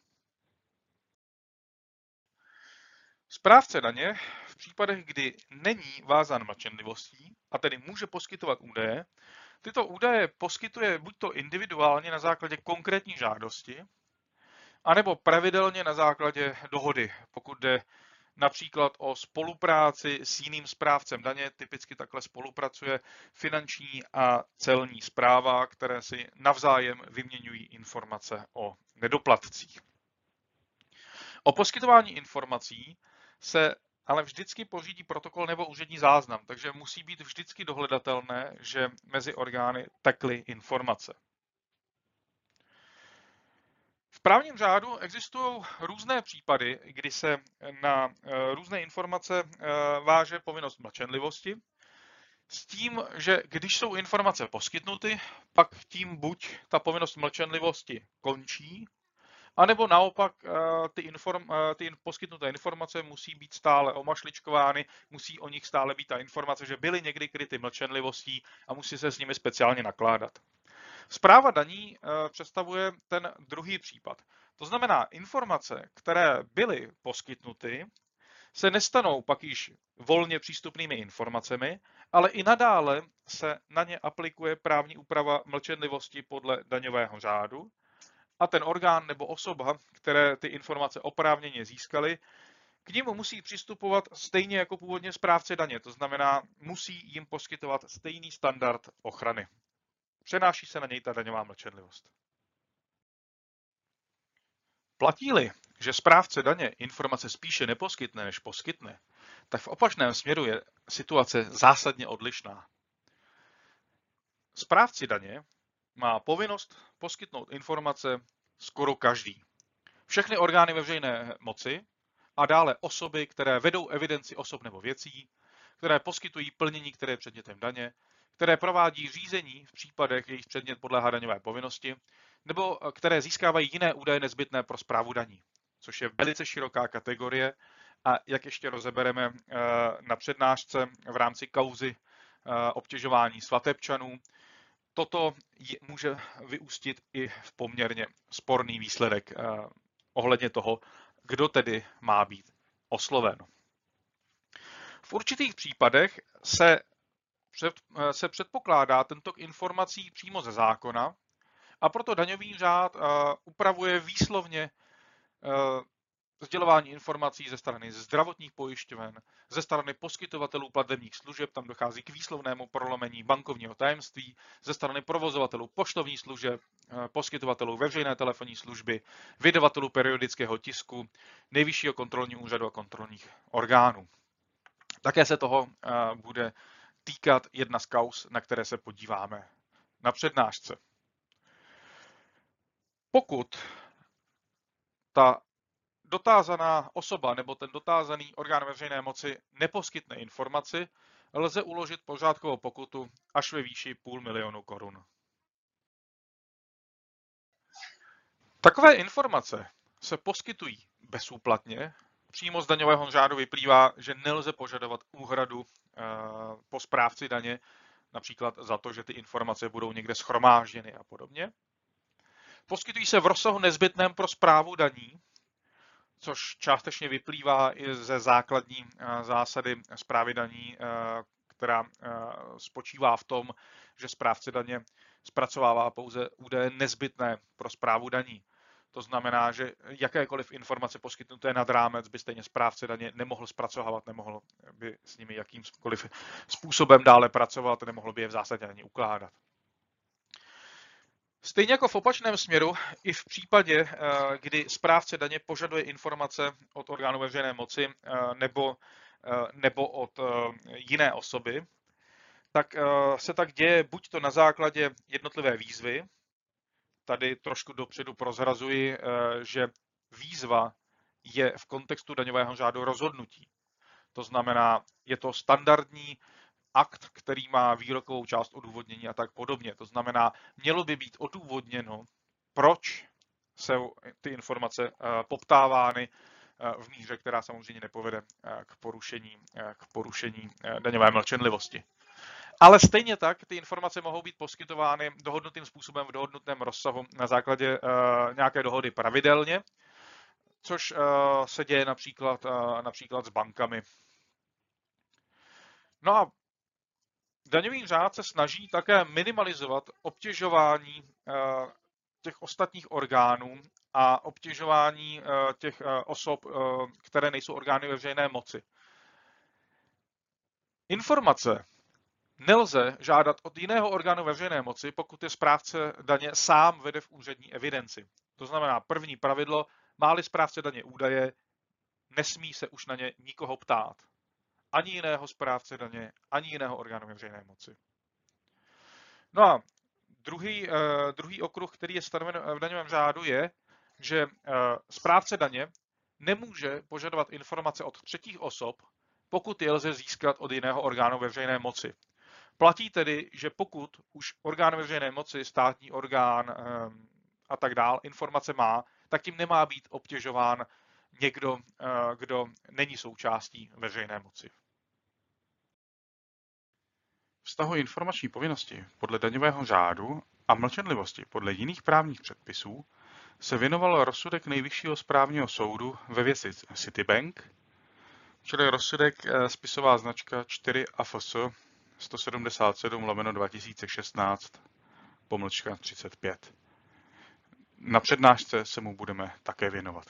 Správce daně v případech, kdy není vázán mlčenlivostí a tedy může poskytovat údaje, tyto údaje poskytuje buď to individuálně na základě konkrétní žádosti, anebo pravidelně na základě dohody, pokud jde například o spolupráci s jiným správcem daně, typicky takhle spolupracuje finanční a celní správa, které si navzájem vyměňují informace o nedoplatcích. O poskytování informací se ale vždycky pořídí protokol nebo úřední záznam, takže musí být vždycky dohledatelné, že mezi orgány tekly informace. V právním řádu existují různé případy, kdy se na různé informace váže povinnost mlčenlivosti. S tím, že když jsou informace poskytnuty, pak tím buď ta povinnost mlčenlivosti končí, anebo naopak ty, inform, ty poskytnuté informace musí být stále omašličkovány, musí o nich stále být ta informace, že byly někdy kryty mlčenlivostí a musí se s nimi speciálně nakládat. Správa daní představuje ten druhý případ. To znamená, informace, které byly poskytnuty, se nestanou pak již volně přístupnými informacemi, ale i nadále se na ně aplikuje právní úprava mlčenlivosti podle daňového řádu a ten orgán nebo osoba, které ty informace oprávněně získaly, k nim musí přistupovat stejně jako původně správce daně, to znamená, musí jim poskytovat stejný standard ochrany. Přenáší se na něj ta daňová mlčenlivost. Platí-li, že správce daně informace spíše neposkytne, než poskytne, tak v opačném směru je situace zásadně odlišná. Správci daně má povinnost poskytnout informace skoro každý. Všechny orgány veřejné moci a dále osoby, které vedou evidenci osob nebo věcí, které poskytují plnění, které je předmětem daně, které provádí řízení v případech, jejich předmět podléhá daňové povinnosti, nebo které získávají jiné údaje nezbytné pro správu daní, což je velice široká kategorie a jak ještě rozebereme na přednášce v rámci kauzy obtěžování svatebčanů, toto může vyústit i v poměrně sporný výsledek ohledně toho, kdo tedy má být osloven. V určitých případech se, před, se předpokládá tento informací přímo ze zákona a proto daňový řád upravuje výslovně sdělování informací ze strany zdravotních pojišťoven, ze strany poskytovatelů platebních služeb, tam dochází k výslovnému prolomení bankovního tajemství, ze strany provozovatelů poštovních služeb, poskytovatelů veřejné telefonní služby, vydavatelů periodického tisku, Nejvyššího kontrolního úřadu a kontrolních orgánů. Také se toho bude týkat jedna z kauz, na které se podíváme na přednášce. Pokud ta dotázaná osoba nebo ten dotázaný orgán veřejné moci neposkytne informaci, lze uložit pořádkovou pokutu až ve výši půl milionu korun. Takové informace se poskytují bezúplatně. Přímo z daňového řádu vyplývá, že nelze požadovat úhradu po správci daně, například za to, že ty informace budou někde shromážděny a podobně. Poskytují se v rozsahu nezbytném pro správu daní, což částečně vyplývá i ze základní zásady správy daní, která spočívá v tom, že správce daně zpracovává pouze údaje nezbytné pro správu daní. To znamená, že jakékoliv informace poskytnuté nad rámec by stejně správce daně nemohl zpracovávat, nemohl by s nimi jakýmkoliv způsobem dále pracovat, nemohl by je v zásadě ani ukládat. Stejně jako v opačném směru, i v případě, kdy správce daně požaduje informace od orgánu veřejné moci nebo, nebo od jiné osoby, tak se tak děje buď to na základě jednotlivé výzvy. Tady trošku dopředu prozrazuji, že výzva je v kontextu daňového řádu rozhodnutí. To znamená, je to standardní akt, který má výrokovou část odůvodnění a tak podobně. To znamená, mělo by být odůvodněno, proč jsou ty informace poptávány v míře, která samozřejmě nepovede k porušení, k porušení daňové mlčenlivosti. Ale stejně tak ty informace mohou být poskytovány dohodnutým způsobem v dohodnutém rozsahu na základě nějaké dohody pravidelně, což se děje například, například s bankami. No a daňový řád se snaží také minimalizovat obtěžování těch ostatních orgánů a obtěžování těch osob, které nejsou orgány veřejné moci. Informace nelze žádat od jiného orgánu veřejné moci, pokud je správce daně sám vede v úřední evidenci. To znamená, první pravidlo, má-li správce daně údaje, nesmí se už na ně nikoho ptát. Ani jiného správce daně, ani jiného orgánu veřejné moci. No a druhý, druhý okruh, který je stanoven v daňovém řádu, je, že správce daně nemůže požadovat informace od třetích osob, pokud je lze získat od jiného orgánu veřejné moci. Platí tedy, že pokud už orgán veřejné moci, státní orgán a tak dál informace má, tak tím nemá být obtěžován někdo, kdo není součástí veřejné moci. Vztahu informační povinnosti podle daňového řádu a mlčenlivosti podle jiných právních předpisů se věnoval rozsudek Nejvyššího správního soudu ve věci Citibank, čili rozsudek spisová značka čtyři A F S sto sedmdesát sedm lomeno dva tisíce šestnáct pomlčka třicet pět. Na přednášce se mu budeme také věnovat.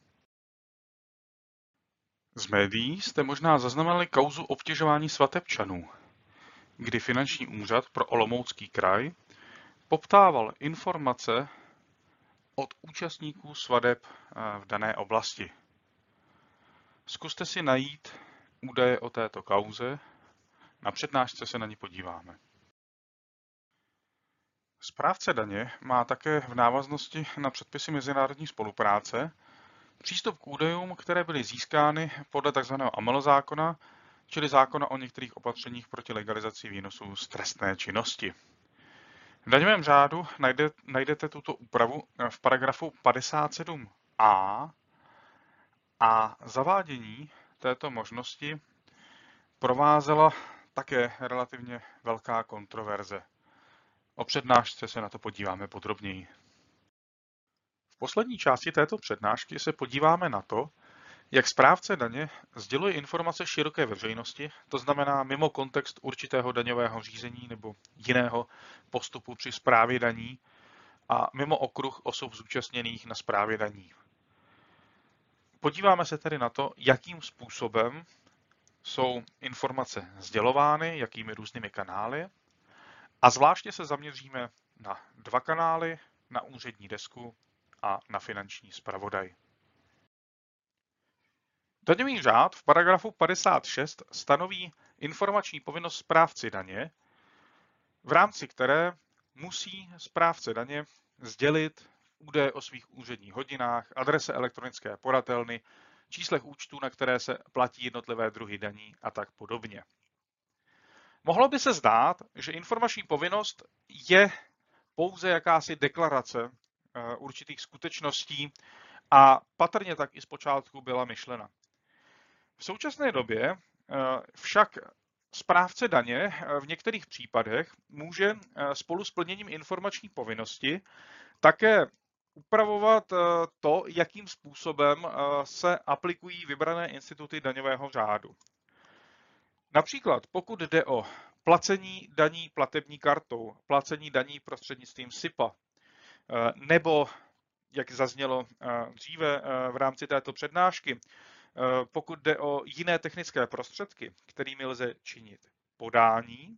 Z médií jste možná zaznamenali kauzu obtěžování svatebčanů, kdy finanční úřad pro Olomoucký kraj poptával informace od účastníků svateb v dané oblasti. Zkuste si najít údaje o této kauze, na přednášce se na ní podíváme. Správce daně má také v návaznosti na předpisy mezinárodní spolupráce přístup k údajům, které byly získány podle tzv. AML zákona, čili zákona o některých opatřeních proti legalizaci výnosů z trestné činnosti. V daňovém řádu najde, najdete tuto úpravu v paragrafu padesát sedm a a zavádění této možnosti provázela také relativně velká kontroverze. O přednášce se na to podíváme podrobněji. V poslední části této přednášky se podíváme na to, jak správce daně sděluje informace široké veřejnosti, to znamená mimo kontext určitého daňového řízení nebo jiného postupu při správě daní a mimo okruh osob zúčastněných na správě daní. Podíváme se tedy na to, jakým způsobem jsou informace sdělovány, jakými různými kanály, a zvláště se zaměříme na dva kanály, na úřední desku a na finanční zpravodaj. Daňový řád v paragrafu padesát šest stanoví informační povinnost správci daně, v rámci které musí správce daně sdělit údaje o svých úředních hodinách, adrese elektronické podatelny, číslech účtů, na které se platí jednotlivé druhy daní a tak podobně. Mohlo by se zdát, že informační povinnost je pouze jakási deklarace určitých skutečností a patrně tak i zpočátku byla myšlena. V současné době však správce daně v některých případech může spolu s plněním informační povinnosti také upravovat to, jakým způsobem se aplikují vybrané instituty daňového řádu. Například pokud jde o placení daní platební kartou, placení daní prostřednictvím S I P A, nebo, jak zaznělo dříve v rámci této přednášky, pokud jde o jiné technické prostředky, kterými lze činit podání,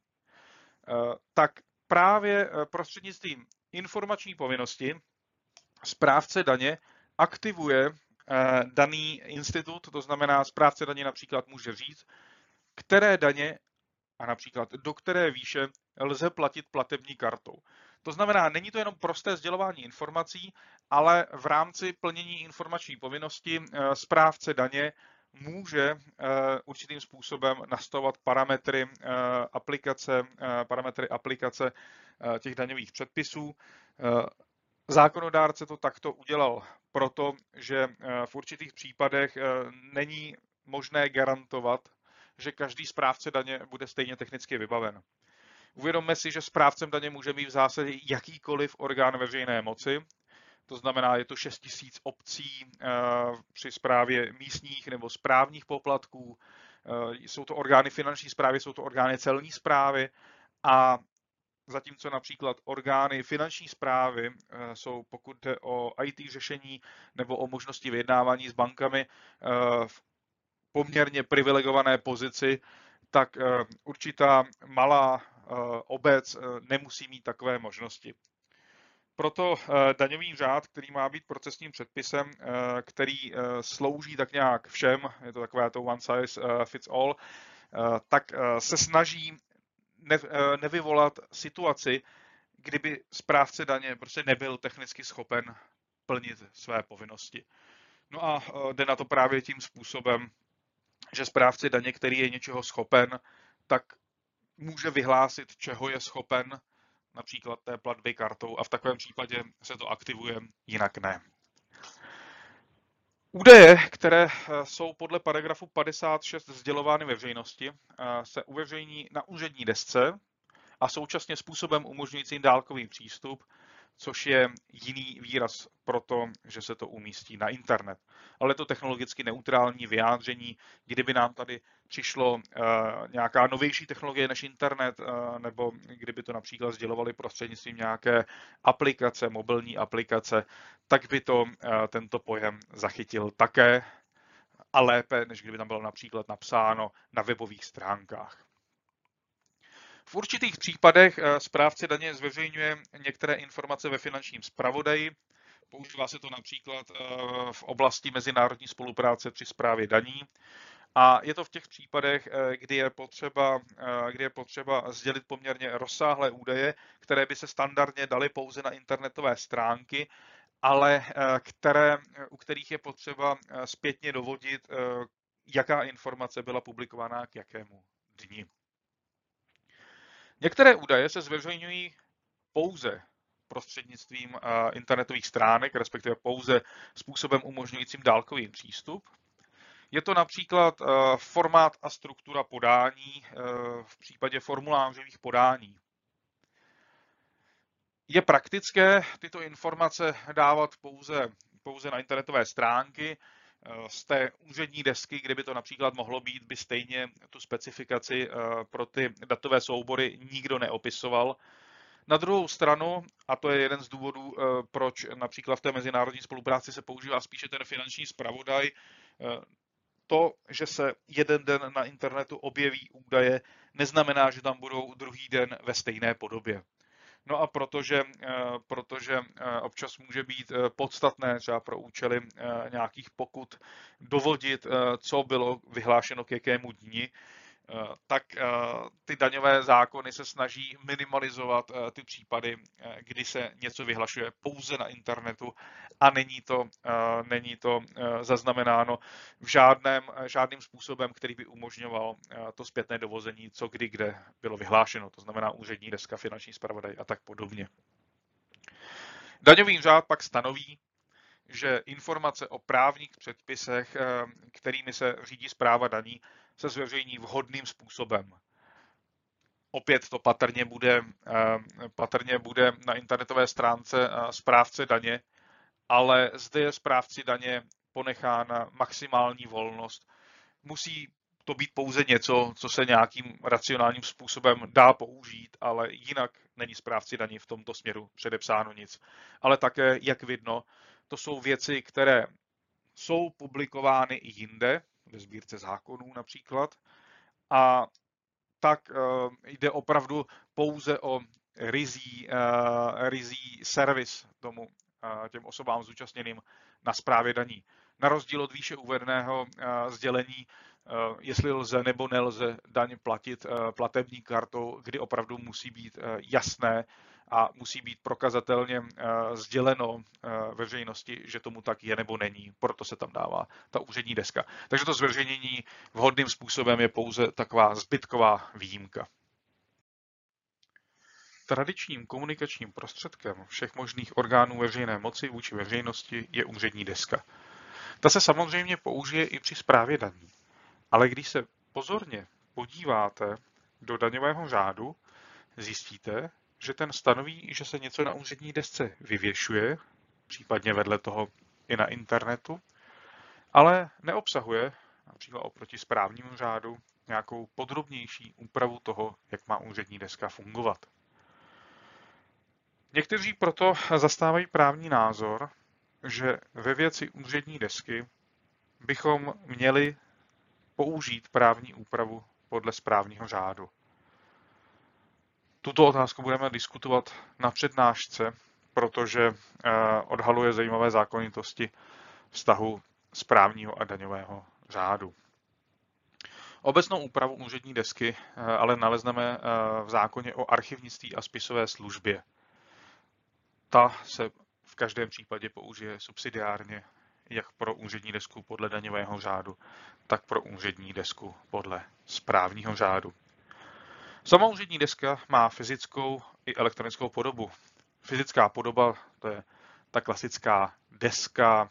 tak právě prostřednictvím informační povinnosti správce daně aktivuje daný institut, to znamená správce daně například může říct, které daně a například do které výše lze platit platební kartou. To znamená, není to jenom prosté sdělování informací, ale v rámci plnění informační povinnosti správce daně může určitým způsobem nastavovat parametry aplikace, parametry aplikace těch daňových předpisů. Zákonodárce to takto udělal, protože v určitých případech není možné garantovat, že každý správce daně bude stejně technicky vybaven. Uvědomme si, že správcem daně může být v zásadě jakýkoliv orgán veřejné moci, to znamená, je to šest tisíc obcí při správě místních nebo správních poplatků, jsou to orgány finanční správy, jsou to orgány celní správy a zatímco například orgány finanční správy jsou, pokud jde o í té řešení nebo o možnosti vyjednávání s bankami, v poměrně privilegované pozici, tak určitá malá obec nemusí mít takové možnosti. Proto daňový řád, který má být procesním předpisem, který slouží tak nějak všem, je to takové to one size fits all, tak se snaží nevyvolat situaci, kdyby správce daně prostě nebyl technicky schopen plnit své povinnosti. No a jde na to právě tím způsobem, že správce daně, který je něčeho schopen, tak může vyhlásit, čeho je schopen, například té platby kartou, a v takovém případě se to aktivuje, jinak ne. Údaje, které jsou podle paragrafu padesát šest sdělovány veřejnosti, se uveřejní na úřední desce a současně způsobem umožňujícím dálkový přístup, což je jiný výraz pro to, že se to umístí na internet. Ale je to technologicky neutrální vyjádření, kdyby nám tady přišlo uh, nějaká novější technologie než internet, uh, nebo kdyby to například sdělovali prostřednictvím nějaké aplikace, mobilní aplikace, tak by to uh, tento pojem zachytil také a lépe, než kdyby tam bylo například napsáno na webových stránkách. V určitých případech správce daně zveřejňuje některé informace ve finančním zpravodaji. Používá se to například v oblasti mezinárodní spolupráce při správě daní. A je to v těch případech, kdy je potřeba, kdy je potřeba sdělit poměrně rozsáhlé údaje, které by se standardně daly pouze na internetové stránky, ale které, u kterých je potřeba zpětně dovodit, jaká informace byla publikovaná k jakému dni. Některé údaje se zveřejňují pouze prostřednictvím internetových stránek, respektive pouze způsobem umožňujícím dálkový přístup. Je to například formát a struktura podání v případě formulářových podání. Je praktické tyto informace dávat pouze, pouze na internetové stránky. Z té úřední desky, kde by to například mohlo být, by stejně tu specifikaci pro ty datové soubory nikdo neopisoval. Na druhou stranu, a to je jeden z důvodů, proč například v té mezinárodní spolupráci se používá spíše ten finanční zpravodaj, to, že se jeden den na internetu objeví údaje, neznamená, že tam budou druhý den ve stejné podobě. No a protože, protože občas může být podstatné třeba pro účely nějakých pokut dovodit, co bylo vyhlášeno k jakému dni, tak ty daňové zákony se snaží minimalizovat ty případy, kdy se něco vyhlašuje pouze na internetu a není to, není to zaznamenáno v žádném, žádným způsobem, který by umožňoval to zpětné dovození, co kdy kde bylo vyhlášeno, to znamená úřední deska, finanční zpravodaj a tak podobně. Daňový řád pak stanoví, že informace o právních předpisech, kterými se řídí správa daní, se zveřejní vhodným způsobem. Opět to patrně bude, patrně bude na internetové stránce správce daně, ale zde je správci daně ponechána maximální volnost. Musí to být pouze něco, co se nějakým racionálním způsobem dá použít, ale jinak není správci daní v tomto směru předepsáno nic. Ale také, jak vidno, to jsou věci, které jsou publikovány i jinde, ve sbírce zákonů například, a tak jde opravdu pouze o rizí, rizí servis tomu, těm osobám zúčastněným na správě daní. Na rozdíl od výše uvedeného sdělení, jestli lze nebo nelze daň platit platební kartou, kdy opravdu musí být jasné a musí být prokazatelně sděleno veřejnosti, že tomu tak je nebo není. Proto se tam dává ta úřední deska. Takže to zveřejnění vhodným způsobem je pouze taková zbytková výjimka. Tradičním komunikačním prostředkem všech možných orgánů veřejné moci vůči veřejnosti je úřední deska. Ta se samozřejmě použije i při správě daní. Ale když se pozorně podíváte do daňového řádu, zjistíte, že ten stanoví, že se něco na úřední desce vyvěšuje, případně vedle toho i na internetu, ale neobsahuje, například oproti správnímu řádu, nějakou podrobnější úpravu toho, jak má úřední deska fungovat. Někteří proto zastávají právní názor, že ve věci úřední desky bychom měli použít právní úpravu podle správního řádu. Tuto otázku budeme diskutovat na přednášce, protože odhaluje zajímavé zákonitosti vztahu správního a daňového řádu. Obecnou úpravu úřední desky ale nalezneme v zákoně o archivnictví a spisové službě. Ta se v každém případě použije subsidiárně jak pro úřední desku podle daňového řádu, tak pro úřední desku podle správního řádu. Sama úřední deska má fyzickou i elektronickou podobu. Fyzická podoba, to je ta klasická deska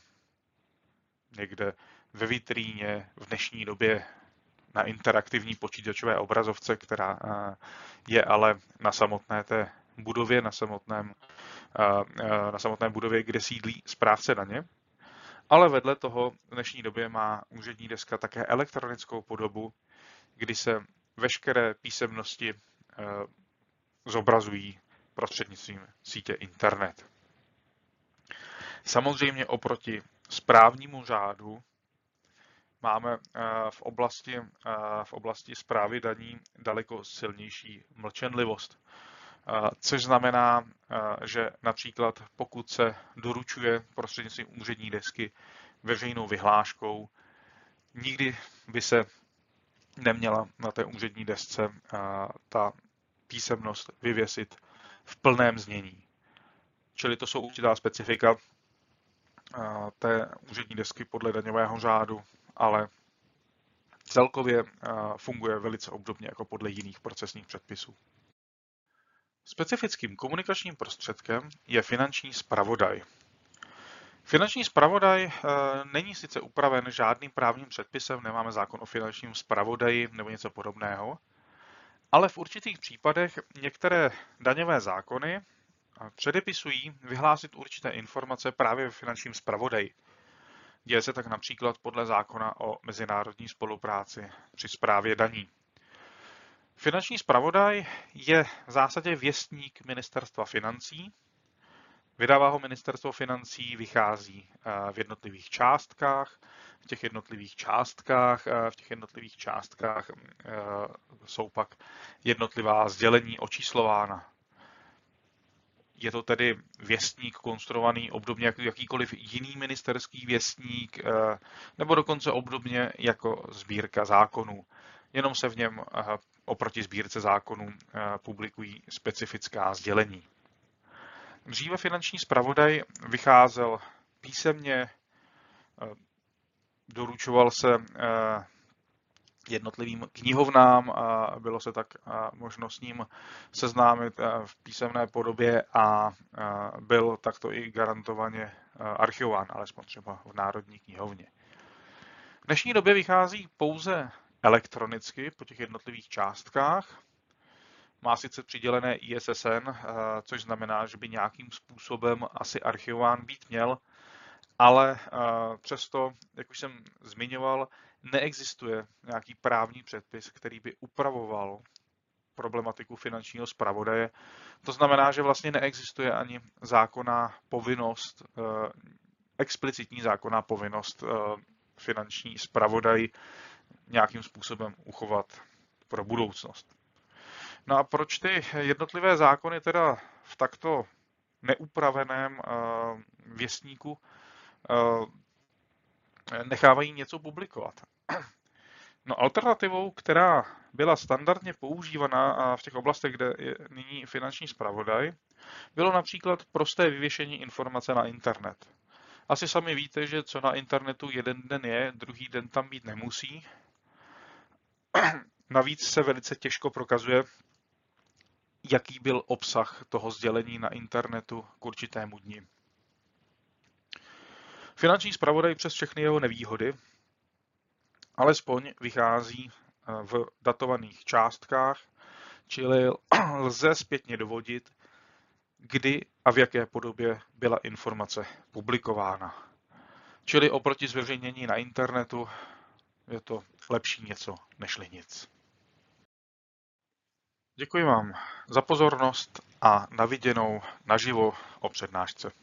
někde ve vitríně v dnešní době na interaktivní počítačové obrazovce, která je ale na samotné té budově, na, samotném, na samotné budově, kde sídlí správce daně. Ale vedle toho v dnešní době má úřední deska také elektronickou podobu, kdy se veškeré písemnosti zobrazují prostřednictvím sítě internet. Samozřejmě oproti správnímu řádu máme v oblasti, v oblasti správy daní daleko silnější mlčenlivost. Což znamená, že například pokud se doručuje prostřednictvím úřední desky veřejnou vyhláškou, nikdy by se neměla na té úřední desce ta písemnost vyvěsit v plném znění. Čili to jsou určitá specifika té úřední desky podle daňového řádu, ale celkově funguje velice obdobně jako podle jiných procesních předpisů. Specifickým komunikačním prostředkem je finanční zpravodaj. Finanční zpravodaj není sice upraven žádným právním předpisem, nemáme zákon o finančním zpravodaji nebo něco podobného, ale v určitých případech některé daňové zákony předepisují vyhlásit určité informace právě ve finančním zpravodaji. Děje se tak například podle zákona o mezinárodní spolupráci při správě daní. Finanční zpravodaj je v zásadě věstník Ministerstva financí. Vydává ho Ministerstvo financí, vychází v jednotlivých částkách. V těch jednotlivých částkách, v těch jednotlivých částkách jsou pak jednotlivá sdělení očíslována. Je to tedy věstník konstruovaný obdobně jako jakýkoliv jiný ministerský věstník, nebo dokonce obdobně jako sbírka zákonů. Jenom se v něm oproti sbírce zákonů publikují specifická sdělení. Dříve finanční zpravodaj vycházel písemně, doručoval se jednotlivým knihovnám a bylo se tak možno s ním seznámit v písemné podobě a byl takto i garantovaně archivován, alespoň třeba v Národní knihovně. V dnešní době vychází pouze elektronicky po těch jednotlivých částkách. Má sice přidělené I S S N, což znamená, že by nějakým způsobem asi archivován být měl, ale přesto, jak už jsem zmiňoval, neexistuje nějaký právní předpis, který by upravoval problematiku finančního zpravodaje. To znamená, že vlastně neexistuje ani zákonná povinnost, explicitní zákonná povinnost finanční zpravodaj nějakým způsobem uchovat pro budoucnost. No a proč ty jednotlivé zákony teda v takto neupraveném věstníku nechávají něco publikovat? No, alternativou, která byla standardně používaná v těch oblastech, kde je nyní finanční zpravodaj, bylo například prosté vyvěšení informace na internet. Asi sami víte, že co na internetu jeden den je, druhý den tam být nemusí. Navíc se velice těžko prokazuje, jaký byl obsah toho sdělení na internetu k určitému dni. Finanční zpravodaj přes všechny jeho nevýhody alespoň vychází v datovaných částkách, čili lze zpětně dovodit, kdy a v jaké podobě byla informace publikována. Čili oproti zveřejnění na internetu je to lepší něco nežli nic. Děkuji vám za pozornost a na viděnou naživo o přednášce.